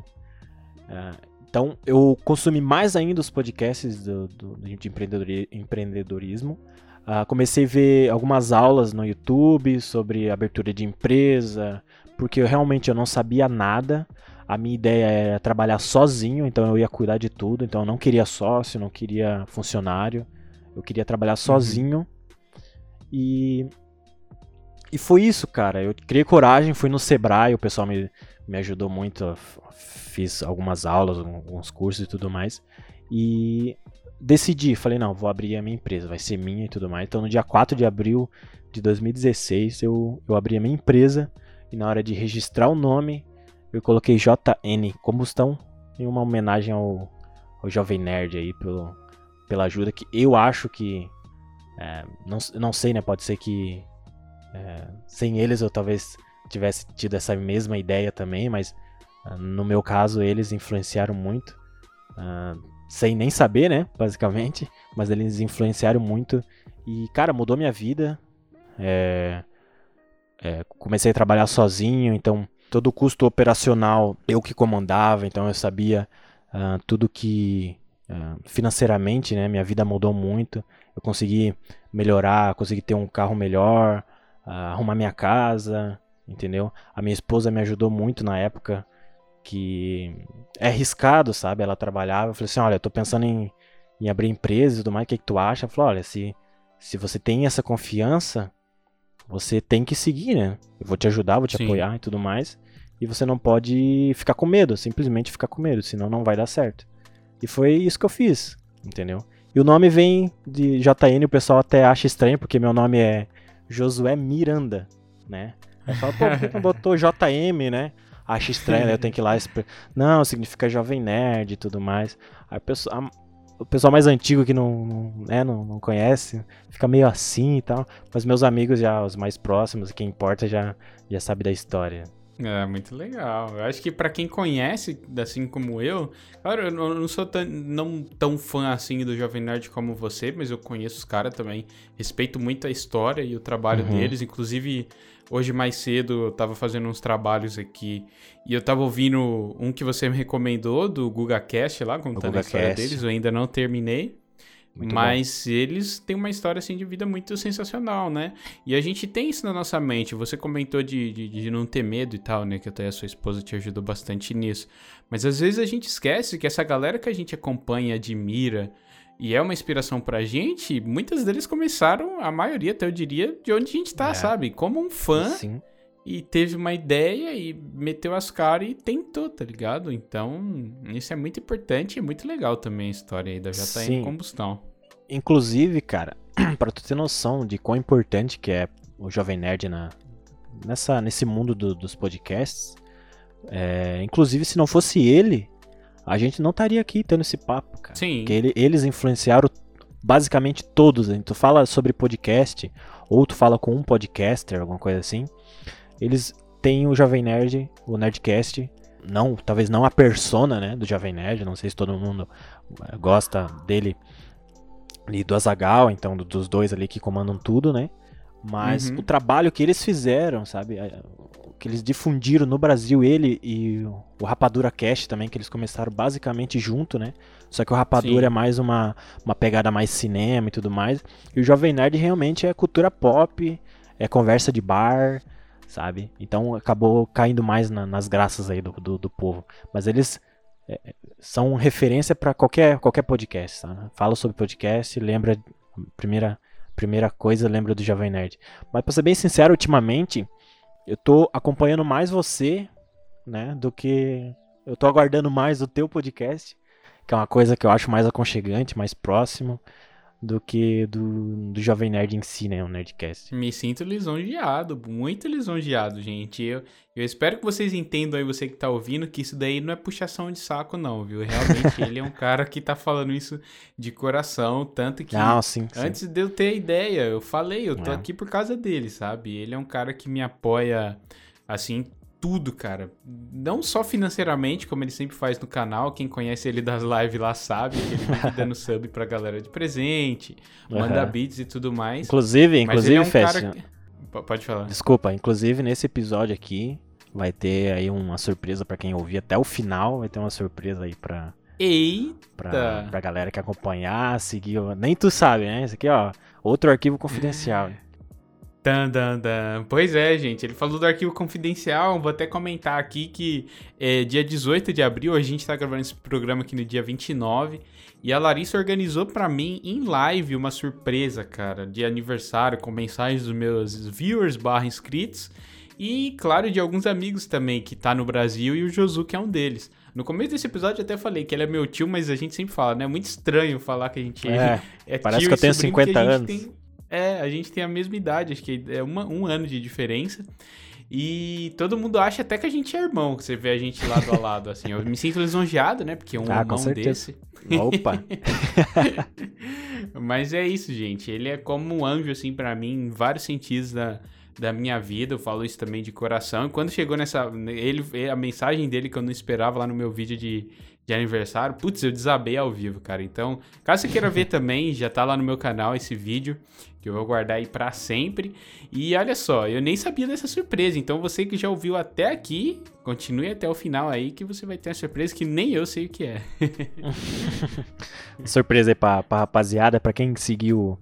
S2: Então, eu consumi mais ainda os podcasts de empreendedorismo. Comecei a ver algumas aulas no YouTube sobre abertura de empresa, porque eu não sabia nada. A minha ideia era trabalhar sozinho, então eu ia cuidar de tudo. Então, eu não queria sócio, não queria funcionário. Eu queria trabalhar sozinho. E foi isso, cara. Eu criei coragem, fui no Sebrae, o pessoal me ajudou muito. Eu fiz algumas aulas, alguns cursos e tudo mais. E decidi, falei, não, vou abrir a minha empresa, vai ser minha e tudo mais. Então no dia 4 de abril de 2016 eu abri a minha empresa. E na hora de registrar o nome, eu coloquei JN Combustão, em uma homenagem ao Jovem Nerd aí, pela ajuda que eu acho que... não sei, né, pode ser que sem eles eu talvez tivesse tido essa mesma ideia também, mas no meu caso eles influenciaram muito, sem nem saber, né, basicamente, mas eles influenciaram muito e, cara, mudou minha vida. Comecei a trabalhar sozinho, então todo o custo operacional eu que comandava, então eu sabia tudo que financeiramente, né, minha vida mudou muito. Eu consegui melhorar, consegui ter um carro melhor, arrumar minha casa, entendeu? A minha esposa me ajudou muito na época, que é arriscado, sabe? Ela trabalhava, eu falei assim, olha, eu tô pensando em abrir empresa e tudo mais, o que tu acha? Ela falou, olha, se você tem essa confiança, você tem que seguir, né? Eu vou te ajudar, vou te apoiar e tudo mais, e você não pode ficar com medo, simplesmente ficar com medo, senão não vai dar certo. E foi isso que eu fiz, entendeu? E o nome vem de JN, o pessoal até acha estranho, porque meu nome é Josué Miranda, né? Aí fala, pô, por que não botou JM, né? Acha estranho, né? Eu tenho que ir lá... Não, significa Jovem Nerd e tudo mais. Aí o pessoal mais antigo que não conhece, fica meio assim e tal. Mas meus amigos, já os mais próximos, quem importa, já sabe da história.
S1: Muito legal. Eu acho que pra quem conhece, assim como eu... Claro, eu não sou não tão fã assim do Jovem Nerd como você, mas eu conheço os caras também. Respeito muito a história e o trabalho deles. Inclusive, hoje mais cedo eu tava fazendo uns trabalhos aqui e eu tava ouvindo um que você me recomendou, do GugaCast lá, contando a história deles. Eu ainda não terminei. Mas eles têm uma história assim de vida muito sensacional, né? E a gente tem isso na nossa mente. Você comentou de não ter medo e tal, né? Que até a sua esposa te ajudou bastante nisso. Mas às vezes a gente esquece que essa galera que a gente acompanha, admira e é uma inspiração pra gente, muitas deles começaram, a maioria até eu diria, de onde a gente tá, sabe? Como um fã. Sim. E teve uma ideia e meteu as caras e tentou, tá ligado? Então, isso é muito importante e muito legal também a história aí da JN Combustão.
S2: Inclusive, cara, pra tu ter noção de quão importante que é o Jovem Nerd nesse mundo dos podcasts, inclusive se não fosse ele, a gente não estaria aqui tendo esse papo, cara.
S1: Sim.
S2: Porque eles influenciaram basicamente todos. Tu fala sobre podcast, ou tu fala com um podcaster, alguma coisa assim, eles têm o Jovem Nerd, o Nerdcast, talvez não a persona, né, do Jovem Nerd, não sei se todo mundo gosta dele e do Azaghal, então dos dois ali que comandam tudo, né, mas o trabalho que eles fizeram, sabe, que eles difundiram no Brasil, ele e o Rapadura Cast também, que eles começaram basicamente junto, né? Só que o Rapadura é mais uma pegada mais cinema e tudo mais. E o Jovem Nerd realmente é cultura pop, é conversa de bar, sabe? Então acabou caindo mais nas graças aí do povo. Mas eles são referência para qualquer podcast, tá? Fala sobre podcast, lembra, primeira coisa, lembra do Jovem Nerd. Mas pra ser bem sincero, ultimamente eu tô acompanhando mais você, né, do que eu tô aguardando mais o teu podcast, que é uma coisa que eu acho mais aconchegante, mais próximo do que do Jovem Nerd em si, né, o Nerdcast.
S1: Me sinto lisonjeado, muito lisonjeado, gente. Eu espero que vocês entendam aí, você que tá ouvindo, que isso daí não é puxação de saco não, viu? Realmente ele é um cara que tá falando isso de coração, tanto que
S2: sim.
S1: Antes de eu ter a ideia, eu falei, eu tô aqui por causa dele, sabe? Ele é um cara que me apoia, assim, tudo, cara. Não só financeiramente, como ele sempre faz no canal. Quem conhece ele das lives lá sabe que ele vive dando sub pra galera de presente, manda beats e tudo mais.
S2: Inclusive,
S1: Fest, cara que... Pode falar.
S2: Desculpa, inclusive nesse episódio aqui vai ter aí uma surpresa pra quem ouvir até o final, vai ter uma surpresa aí pra galera que acompanhar, seguir. Nem tu sabe, né? Isso aqui, ó, outro arquivo confidencial.
S1: Pois é, gente, ele falou do arquivo confidencial, vou até comentar aqui que dia 18 de abril, a gente tá gravando esse programa aqui no dia 29, e a Larissa organizou pra mim em live uma surpresa, cara, de aniversário, com mensagens dos meus viewers/inscritos, e claro, de alguns amigos também, que tá no Brasil, e o Josu, que é um deles. No começo desse episódio eu até falei que ele é meu tio, mas a gente sempre fala, né, é muito estranho falar que a gente é
S2: parece
S1: tio
S2: que eu tenho 50 anos.
S1: A gente tem a mesma idade, acho que é um ano de diferença. E todo mundo acha até que a gente é irmão, que você vê a gente lado a lado, assim. Eu me sinto lisonjeado, né? Porque um irmão desse.
S2: Opa!
S1: Mas é isso, gente. Ele é como um anjo, assim, pra mim, em vários sentidos da minha vida. Eu falo isso também de coração. E quando chegou a mensagem dele que eu não esperava lá no meu vídeo de aniversário, putz, eu desabei ao vivo, cara. Então, caso você queira ver também, já tá lá no meu canal esse vídeo, que eu vou guardar aí pra sempre. E olha só, eu nem sabia dessa surpresa, então você que já ouviu até aqui, continue até o final aí, que você vai ter uma surpresa que nem eu sei o que é.
S2: Surpresa aí pra rapaziada, pra quem seguiu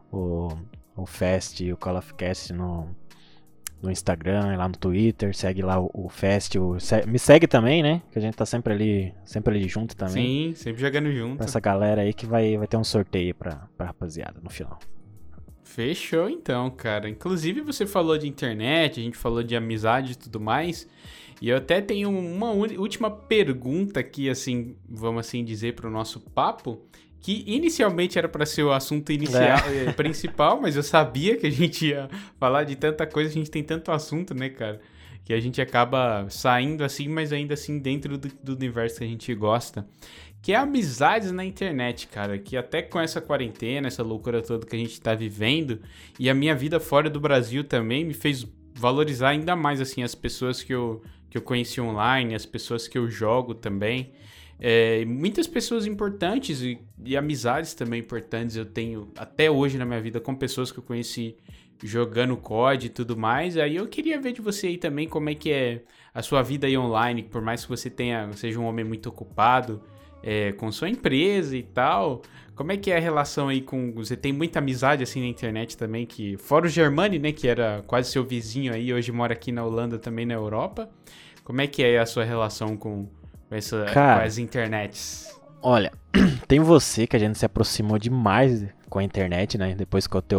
S2: o Fest e o Call of Cast no Instagram, lá no Twitter, segue lá o Fest, me segue também, né? Que a gente tá sempre ali junto também.
S1: Sim, sempre jogando junto.
S2: Pra essa galera aí que vai ter um sorteio pra rapaziada no final.
S1: Fechou então, cara. Inclusive você falou de internet, a gente falou de amizade e tudo mais. E eu até tenho uma última pergunta aqui, assim, vamos assim dizer, pro nosso papo. Que inicialmente era para ser o assunto principal, mas eu sabia que a gente ia falar de tanta coisa, a gente tem tanto assunto, né, cara? Que a gente acaba saindo assim, mas ainda assim dentro do universo que a gente gosta. Que é amizades na internet, cara. Que até com essa quarentena, essa loucura toda que a gente tá vivendo, e a minha vida fora do Brasil também me fez valorizar ainda mais, assim, as pessoas que eu conheci online, as pessoas que eu jogo também. Muitas pessoas importantes e amizades também importantes eu tenho até hoje na minha vida com pessoas que eu conheci jogando COD e tudo mais. Aí eu queria ver de você aí também como é que é a sua vida aí online, por mais que você seja um homem muito ocupado com sua empresa e tal. Como é que é a relação aí com... Você tem muita amizade assim na internet também, que fora o Germani, né, que era quase seu vizinho aí, hoje mora aqui na Holanda também, na Europa. Como é que é a sua relação com as internets?
S2: Olha, tem você que a gente se aproximou demais com a internet, né? Depois que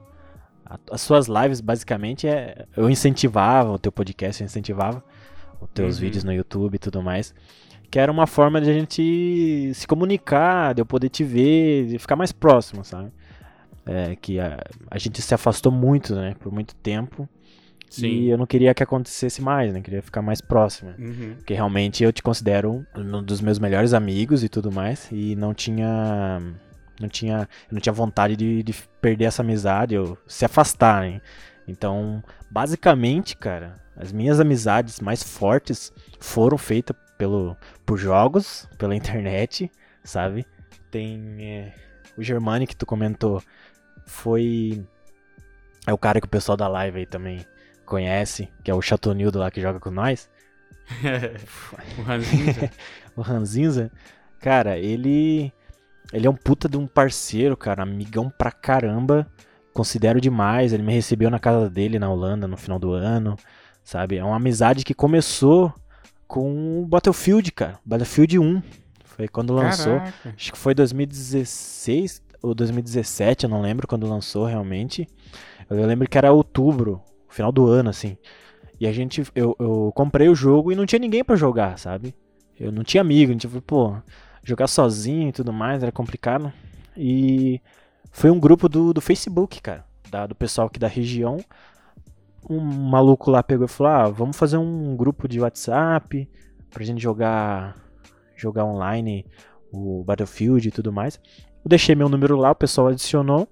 S2: as suas lives, basicamente, eu incentivava o teu podcast, eu incentivava os teus vídeos no YouTube e tudo mais. Que era uma forma de a gente se comunicar, de eu poder te ver, de ficar mais próximo, sabe? Que a gente se afastou muito, né? Por muito tempo. Sim. E eu não queria que acontecesse mais, né? Queria ficar mais próximo. Porque realmente eu te considero um dos meus melhores amigos e tudo mais. E eu não tinha vontade de perder essa amizade ou se afastar, né? Então, basicamente, cara, as minhas amizades mais fortes foram feitas por jogos, pela internet, sabe? Tem o Germani que tu comentou, é o cara que o pessoal da live aí também conhece, que é o Chatonildo lá que joga com nós.
S1: O Ranzinza.
S2: O Ranzinza, cara, ele é um puta de um parceiro, cara, amigão pra caramba, considero demais, ele me recebeu na casa dele na Holanda no final do ano, sabe? É uma amizade que começou com o Battlefield, cara, Battlefield 1, foi quando lançou,
S1: Caraca.
S2: acho que foi 2016 ou 2017, eu não lembro quando lançou realmente, eu lembro que era outubro, final do ano, assim, e eu comprei o jogo e não tinha ninguém pra jogar, sabe? Eu não tinha amigo, a gente falou, pô, jogar sozinho e tudo mais, era complicado. E foi um grupo do Facebook, cara, do pessoal aqui da região. Um maluco lá pegou e falou, vamos fazer um grupo de WhatsApp pra gente jogar online o Battlefield e tudo mais. Eu deixei meu número lá, o pessoal adicionou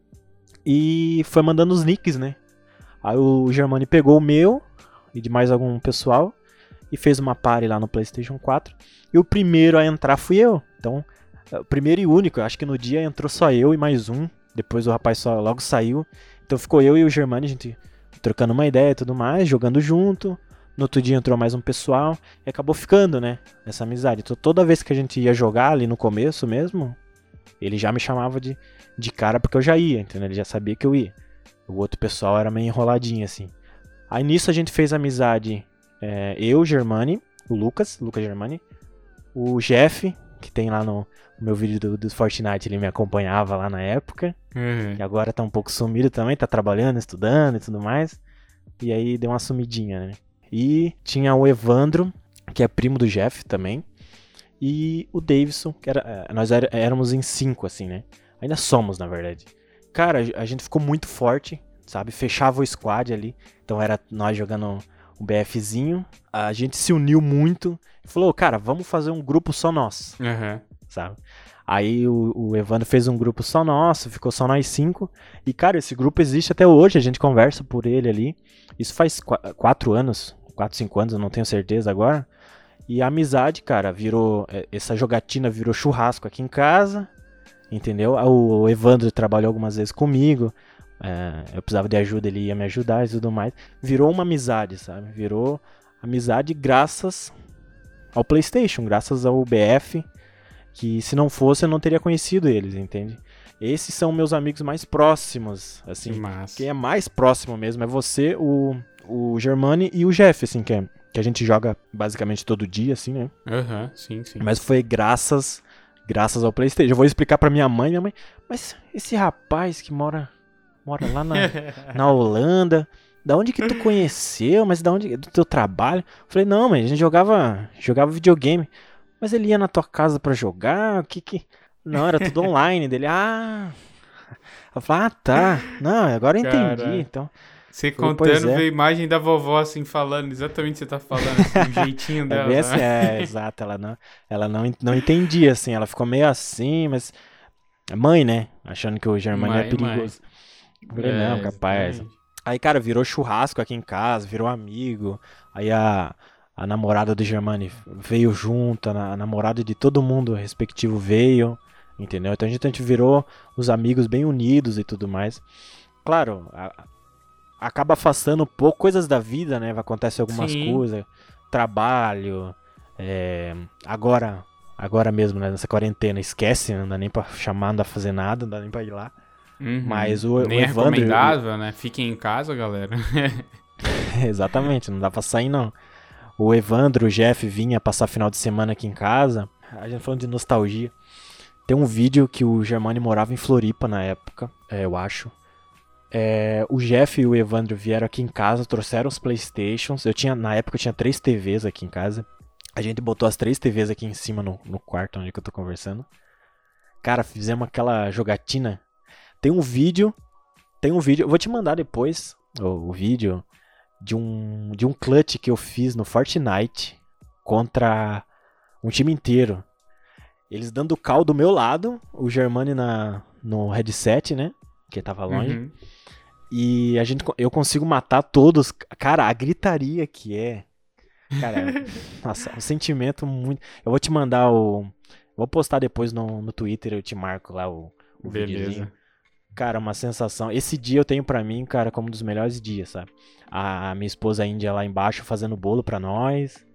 S2: e foi mandando os nicks, né? Aí o Germani pegou o meu e de mais algum pessoal e fez uma party lá no PlayStation 4. E o primeiro a entrar fui eu. Então, o primeiro e único. Eu acho que no dia entrou só eu e mais um. Depois o rapaz só logo saiu. Então ficou eu e o Germani, a gente trocando uma ideia e tudo mais, jogando junto. No outro dia entrou mais um pessoal. E acabou ficando, né? Essa amizade. Então toda vez que a gente ia jogar ali no começo mesmo, ele já me chamava de cara porque eu já ia, entendeu? Ele já sabia que eu ia. O outro pessoal era meio enroladinho, assim. Aí nisso a gente fez amizade. Eu, Germani, o Lucas Germani, o Jeff, que tem lá no meu vídeo do Fortnite, ele me acompanhava lá na época, e agora tá um pouco sumido também, tá trabalhando, estudando e tudo mais, e aí deu uma sumidinha, né? E tinha o Evandro, que é primo do Jeff também, e o Davidson, que nós éramos em 5, assim, né? Ainda somos, na verdade. Cara, a gente ficou muito forte, sabe? Fechava o squad ali, então era nós jogando um BFzinho, a gente se uniu muito e falou, cara, vamos fazer um grupo só nosso, sabe? Aí o Evandro fez um grupo só nosso, ficou só nós 5, e cara, esse grupo existe até hoje, a gente conversa por ele ali, isso faz 4 anos, 4, 5 anos, eu não tenho certeza agora, e a amizade, cara, essa jogatina virou churrasco aqui em casa, entendeu? O Evandro trabalhou algumas vezes comigo, eu precisava de ajuda, ele ia me ajudar e tudo mais. Virou uma amizade, sabe? Virou amizade graças ao PlayStation, graças ao BF, que se não fosse eu não teria conhecido eles, entende? Esses são meus amigos mais próximos, assim. Quem é mais próximo mesmo é você, o Germani e o Jeff, assim, que a gente joga basicamente todo dia, assim, né?
S1: Sim.
S2: Mas foi graças ao PlayStation. Eu vou explicar pra minha mãe, mas esse rapaz que mora lá na Holanda, da onde que tu conheceu, mas da onde, do teu trabalho? Eu falei, não, mas a gente jogava videogame, mas ele ia na tua casa pra jogar, não, era tudo online dele, eu falei, tá, não, agora eu entendi, então.
S1: Você contando, veio a imagem da vovó, assim, falando exatamente o que você tá falando, assim, o jeitinho dela.
S2: Bem assim, exato, ela não entendia, assim, ela ficou meio assim, mas mãe, né, achando que o Germani é perigoso. Eu falei, não, capaz. Exatamente. Aí, cara, virou churrasco aqui em casa, virou amigo. Aí a namorada do Germani veio junto, a namorada de todo mundo respectivo veio, entendeu? Então a gente virou os amigos bem unidos e tudo mais. Claro, acaba afastando um pouco coisas da vida, né? Acontece algumas coisas, trabalho, agora mesmo, né, nessa quarentena, esquece, não dá nem pra chamar, não dá pra fazer nada, não dá nem pra ir lá. Mas
S1: nem
S2: o Evandro,
S1: é recomendável, né? Fiquem em casa, galera.
S2: Exatamente, não dá pra sair, não. O Evandro, o Jeff vinha passar final de semana aqui em casa. A gente falando de nostalgia. Tem um vídeo que o Germani morava em Floripa na época, eu acho. O Jeff e o Evandro vieram aqui em casa, trouxeram os Playstations. Na época eu tinha 3 TVs aqui em casa. A gente botou as 3 TVs aqui em cima no quarto onde eu tô conversando. Cara, fizemos aquela jogatina. Tem um vídeo, eu vou te mandar depois o vídeo de um clutch que eu fiz no Fortnite contra um time inteiro. Eles dando call do meu lado, o Germani no headset, né, que tava longe. E eu consigo matar todos. Cara, a gritaria que é. Cara, nossa, um sentimento muito. Eu vou te mandar o. Vou postar depois no Twitter, eu te marco lá o videozinho.
S1: Beleza.
S2: Cara, uma sensação. Esse dia eu tenho pra mim, cara, como um dos melhores dias, sabe? A minha esposa índia lá embaixo fazendo bolo pra nós.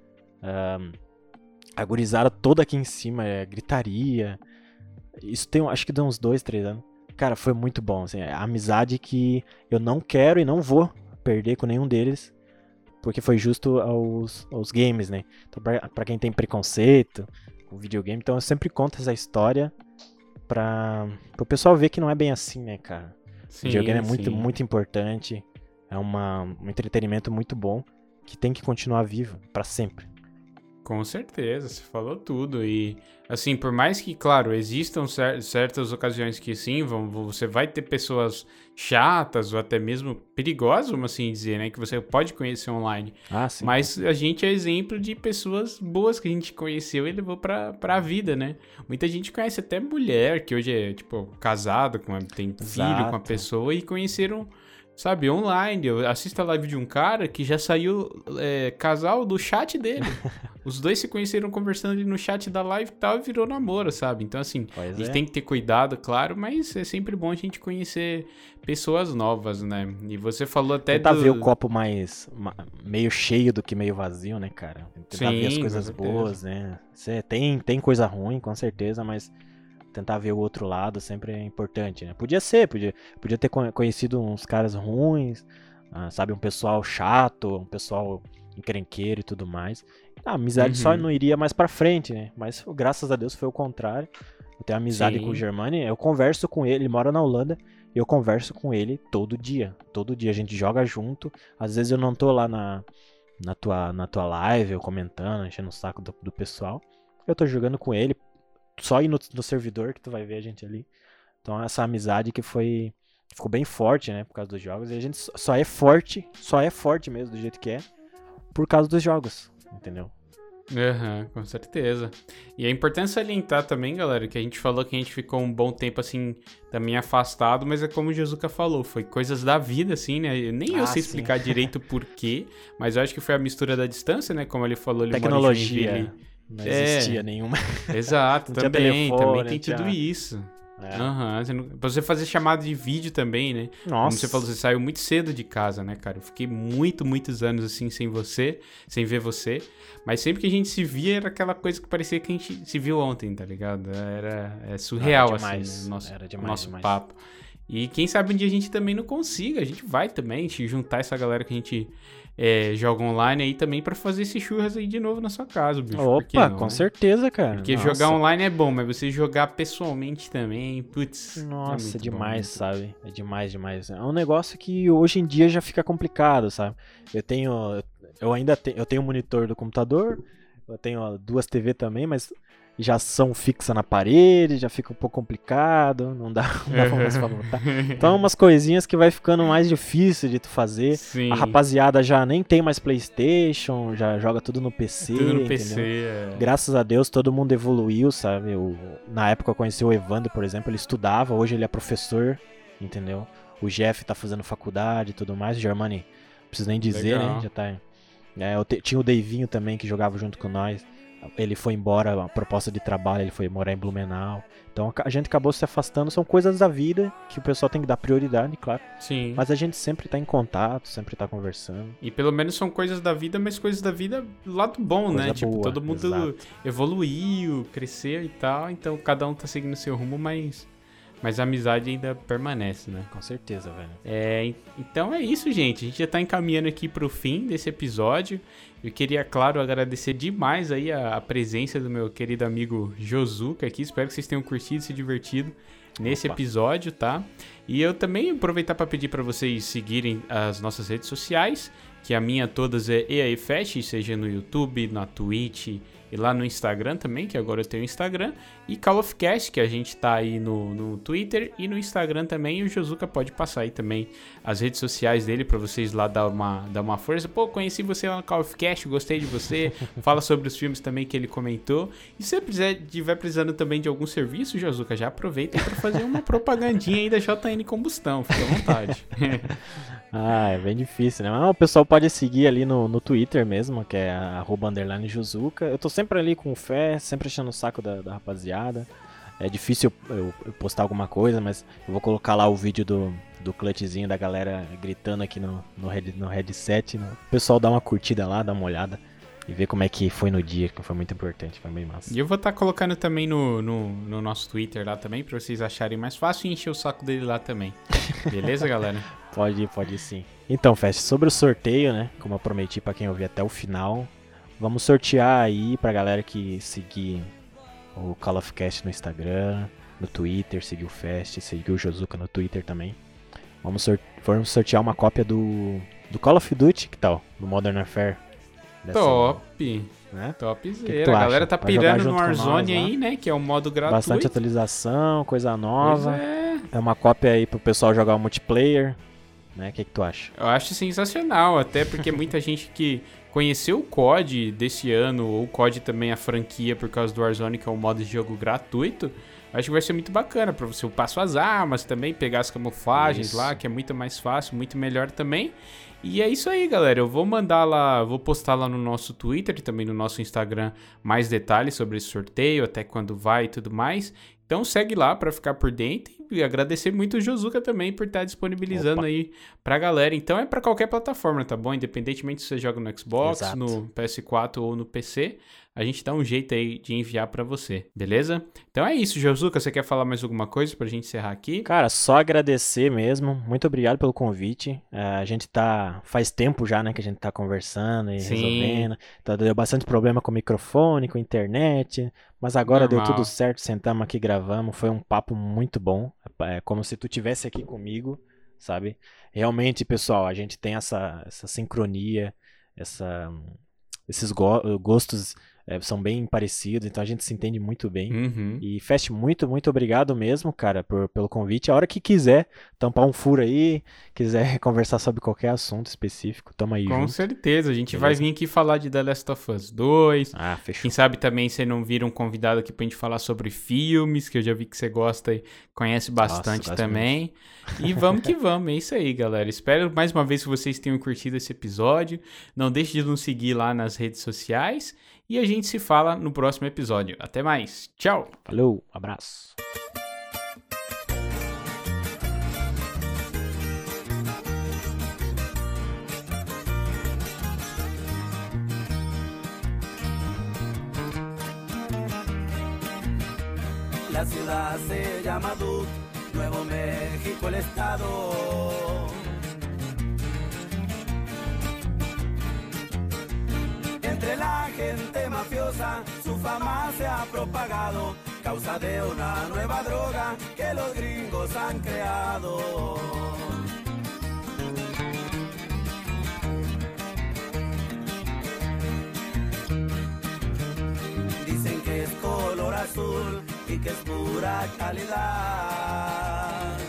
S2: A gurizada toda aqui em cima, gritaria. Isso tem, acho que deu uns 2, 3 anos. Cara, foi muito bom, assim, a amizade que eu não quero e não vou perder com nenhum deles, porque foi justo aos games, né? Então, pra quem tem preconceito com videogame, então eu sempre conto essa história pro pessoal ver que não é bem assim, né, cara?
S1: Sim,
S2: Videogame é muito,
S1: sim.
S2: muito importante, é um entretenimento muito bom, que tem que continuar vivo pra sempre.
S1: Com certeza, você falou tudo. E, assim, por mais que, claro, existam certas ocasiões que, sim, você vai ter pessoas chatas ou até mesmo perigosas, vamos assim dizer, né? Que você pode conhecer online.
S2: Ah, sim.
S1: Mas a gente é exemplo de pessoas boas que a gente conheceu e levou pra vida, né? Muita gente conhece até mulher, que hoje é, tipo, casada, tem filho com a pessoa e conheceram... Sabe, online, eu assisto a live de um cara que já saiu casal do chat dele. Os dois se conheceram conversando ali no chat da live e tal e virou namoro, sabe? Então, assim, a gente tem que ter cuidado, claro, mas é sempre bom a gente conhecer pessoas novas, né? E você falou até
S2: Tentar ver o copo meio cheio do que meio vazio, né, cara? Tentar ver as coisas boas, né? Tem coisa ruim, com certeza, mas... Tentar ver o outro lado sempre é importante, né? Podia ter conhecido uns caras ruins, sabe? Um pessoal chato, um pessoal encrenqueiro e tudo mais. A amizade só não iria mais pra frente, né? Mas graças a Deus foi o contrário. Eu tenho amizade com o Germani, eu converso com ele mora na Holanda, e eu converso com ele todo dia. Todo dia a gente joga junto. Às vezes eu não tô lá na tua live, eu comentando, enchendo o saco do pessoal. Eu tô jogando com ele. Só ir no servidor que tu vai ver a gente ali. Então essa amizade que ficou bem forte, né, por causa dos jogos. E a gente só é forte mesmo do jeito que é, por causa dos jogos, entendeu?
S1: Com certeza. E é importante salientar também, galera, que a gente falou que a gente ficou um bom tempo, assim, também afastado, mas é como o Jesuca falou, foi coisas da vida, assim, né? Eu sei explicar direito o porquê, mas eu acho que foi a mistura da distância, né? Como ele falou, ele
S2: tecnologia.
S1: Mora em
S2: Não existia nenhuma.
S1: Exato, também tem tudo isso.
S2: É.
S1: Pra você fazer chamada de vídeo também, né?
S2: Nossa.
S1: Como você falou, você saiu muito cedo de casa, né, cara? Eu fiquei muitos anos assim sem ver você. Mas sempre que a gente se via era aquela coisa que parecia que a gente se viu ontem, tá ligado? Era surreal, assim, né? Nosso papo. E quem sabe um dia a gente também não consiga. A gente vai também juntar essa galera que a gente joga online aí também pra fazer esse churras aí de novo na sua casa, bicho.
S2: Opa, com certeza, cara.
S1: Porque jogar online é bom, mas você jogar pessoalmente também, putz.
S2: Nossa, é demais, sabe? É demais. É um negócio que hoje em dia já fica complicado, sabe? Eu tenho um monitor do computador, eu tenho 2 TV também, mas já são fixas na parede, já fica um pouco complicado, não dá mais pra botar. Então, umas coisinhas que vai ficando mais difícil de tu fazer.
S1: Sim.
S2: A rapaziada já nem tem mais PlayStation, já joga tudo no PC.
S1: Tudo no
S2: entendeu?
S1: PC,
S2: Graças a Deus, todo mundo evoluiu, sabe? Na época eu conheci o Evandro, por exemplo, ele estudava, hoje ele é professor, entendeu? O Jeff tá fazendo faculdade e tudo mais, o Germani, não preciso nem dizer,
S1: Legal.
S2: né? Já tá. Tinha o Davinho também que jogava junto com nós. Ele foi embora, a proposta de trabalho, ele foi morar em Blumenau. Então a gente acabou se afastando. São coisas da vida que o pessoal tem que dar prioridade, claro.
S1: Sim.
S2: Mas a gente sempre tá em contato, sempre tá conversando.
S1: E pelo menos são coisas da vida, mas coisas da vida do lado bom,
S2: Coisa
S1: né?
S2: boa,
S1: Tipo, todo mundo
S2: exato.
S1: evoluiu, cresceu e tal. Então cada um tá seguindo seu rumo, mas a amizade ainda permanece, né?
S2: Com certeza, velho.
S1: Então é isso, gente. A gente já tá encaminhando aqui pro fim desse episódio. Eu queria, claro, agradecer demais aí a presença do meu querido amigo Josuca aqui. Espero que vocês tenham curtido e se divertido nesse episódio, tá? E eu também aproveitar para pedir para vocês seguirem as nossas redes sociais, que a minha todas é EAEFest, seja no YouTube, na Twitch, e lá no Instagram também, que agora eu tenho o Instagram, e Call of Cast, que a gente tá aí no Twitter e no Instagram também, e o Josuka pode passar aí também as redes sociais dele pra vocês lá dar uma força. Pô, conheci você lá no Call of Cast, gostei de você, fala sobre os filmes também que ele comentou, e se você estiver precisando também de algum serviço, Josuka, já aproveita aí pra fazer uma propagandinha aí da JN Combustão, fica à vontade.
S2: É bem difícil, né? Mas o pessoal pode seguir ali no Twitter mesmo, que é @_Josuka. Eu tô sempre ali com fé, sempre achando o saco da rapaziada. É difícil eu postar alguma coisa, mas eu vou colocar lá o vídeo do clutchzinho da galera gritando aqui no headset. O pessoal dá uma curtida lá, dá uma olhada e ver como é que foi no dia, que foi muito importante, foi bem massa.
S1: E eu vou estar colocando também no nosso Twitter lá também, pra vocês acharem mais fácil e encher o saco dele lá também. Beleza, galera?
S2: Pode sim. Então, Fest, sobre o sorteio, né? Como eu prometi pra quem ouvir até o final, vamos sortear aí pra galera que seguir o Call of Cast no Instagram, no Twitter, seguir o Fest, seguir o Josuka no Twitter também. Vamos sortear uma cópia do Call of Duty, que tal? Do Modern Warfare.
S1: Top!
S2: Né?
S1: Topzera. A galera tá pirando no Warzone aí, né? Que é um modo gratuito.
S2: Bastante atualização, coisa nova.
S1: Pois
S2: é uma cópia aí pro pessoal jogar o multiplayer. Né? O que tu acha?
S1: Eu acho sensacional, até porque muita gente que conheceu o COD desse ano, ou o COD também a franquia por causa do Warzone, que é um modo de jogo gratuito, acho que vai ser muito bacana pra você upar suas armas também, pegar as camuflagens lá, que é muito mais fácil, muito melhor também. E é isso aí, galera. Eu vou mandar lá, vou postar lá no nosso Twitter e também no nosso Instagram mais detalhes sobre esse sorteio, até quando vai e tudo mais. Então segue lá pra ficar por dentro e agradecer muito o Josuka também por estar disponibilizando aí pra galera. Então é pra qualquer plataforma, tá bom? Independentemente se você joga no Xbox,
S2: Exato.
S1: no PS4 ou no PC, a gente dá um jeito aí de enviar pra você, beleza? Então é isso, Josuka, você quer falar mais alguma coisa pra gente encerrar aqui?
S2: Cara, só agradecer mesmo. Muito obrigado pelo convite. A gente faz tempo já, né, que a gente tá conversando e resolvendo. Então deu bastante problema com o microfone, com a internet, mas agora deu tudo certo, sentamos aqui, gravamos, foi um papo muito bom. É como se tu tivesse aqui comigo, sabe? Realmente, pessoal, a gente tem essa sincronia, esses gostos são bem parecidos, então a gente se entende muito bem. E Fest, muito, muito obrigado mesmo, cara, pelo convite. A hora que quiser tampar um furo aí, quiser conversar sobre qualquer assunto específico, tamo aí junto.
S1: Com certeza, a gente vai vir aqui falar de The Last of Us 2.
S2: Fechou.
S1: Quem sabe também você não vira um convidado aqui pra gente falar sobre filmes, que eu já vi que você gosta e conhece bastante também. E vamos que vamos, é isso aí, galera. Espero mais uma vez que vocês tenham curtido esse episódio. Não deixe de nos seguir lá nas redes sociais. E a gente se fala no próximo episódio. Até mais. Tchau.
S2: Falou, abraço.
S3: La ciudad se llama Duke, Nuevo México el estado. Entre la gente mafiosa su fama se ha propagado, causa de una nueva droga que los gringos han creado. Dicen que es color azul y que es pura calidad.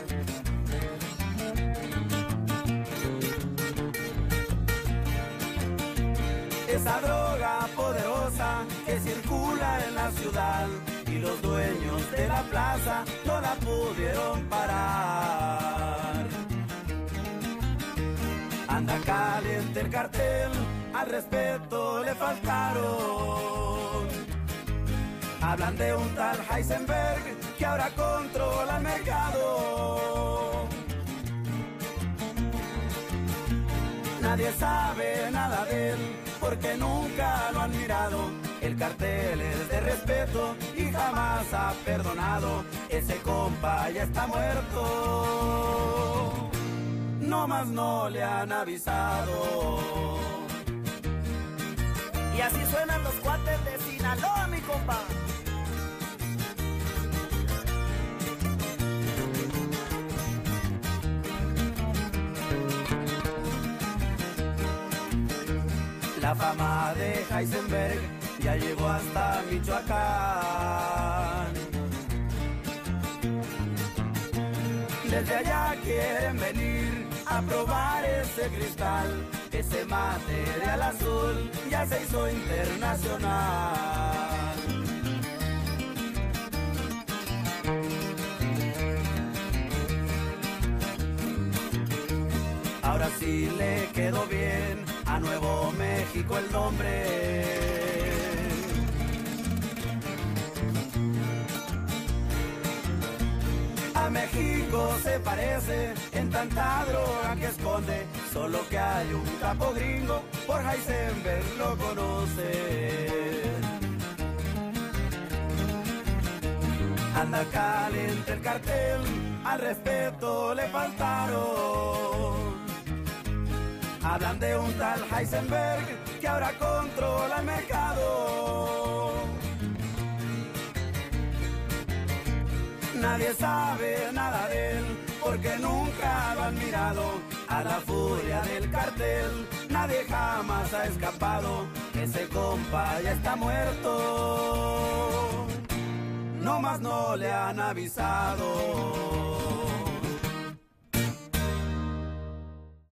S3: Esa droga poderosa que circula en la ciudad y los dueños de la plaza no la pudieron parar. Anda caliente el cartel, al respeto le faltaron. Hablan de un tal Heisenberg que ahora controla el mercado. Nadie sabe nada de él porque nunca lo han mirado. El cartel es de respeto y jamás ha perdonado. Ese compa ya está muerto, no más no le han avisado. Y así suenan los cuates de Sinaloa, mi compa. La fama de Heisenberg ya llegó hasta Michoacán. Desde allá quieren venir a probar ese cristal, ese material azul ya se hizo internacional. Ahora sí le quedó bien a Nuevo México el nombre. A México se parece en tanta droga que esconde, solo que hay un capo gringo, por Heisenberg lo conoce. Anda caliente el cartel, al respeto le faltaron. Hablan de un tal Heisenberg que ahora controla el mercado. Nadie sabe nada de él porque nunca lo han mirado. A la furia del cartel nadie jamás ha escapado. Ese compa ya está muerto, no más no le han avisado.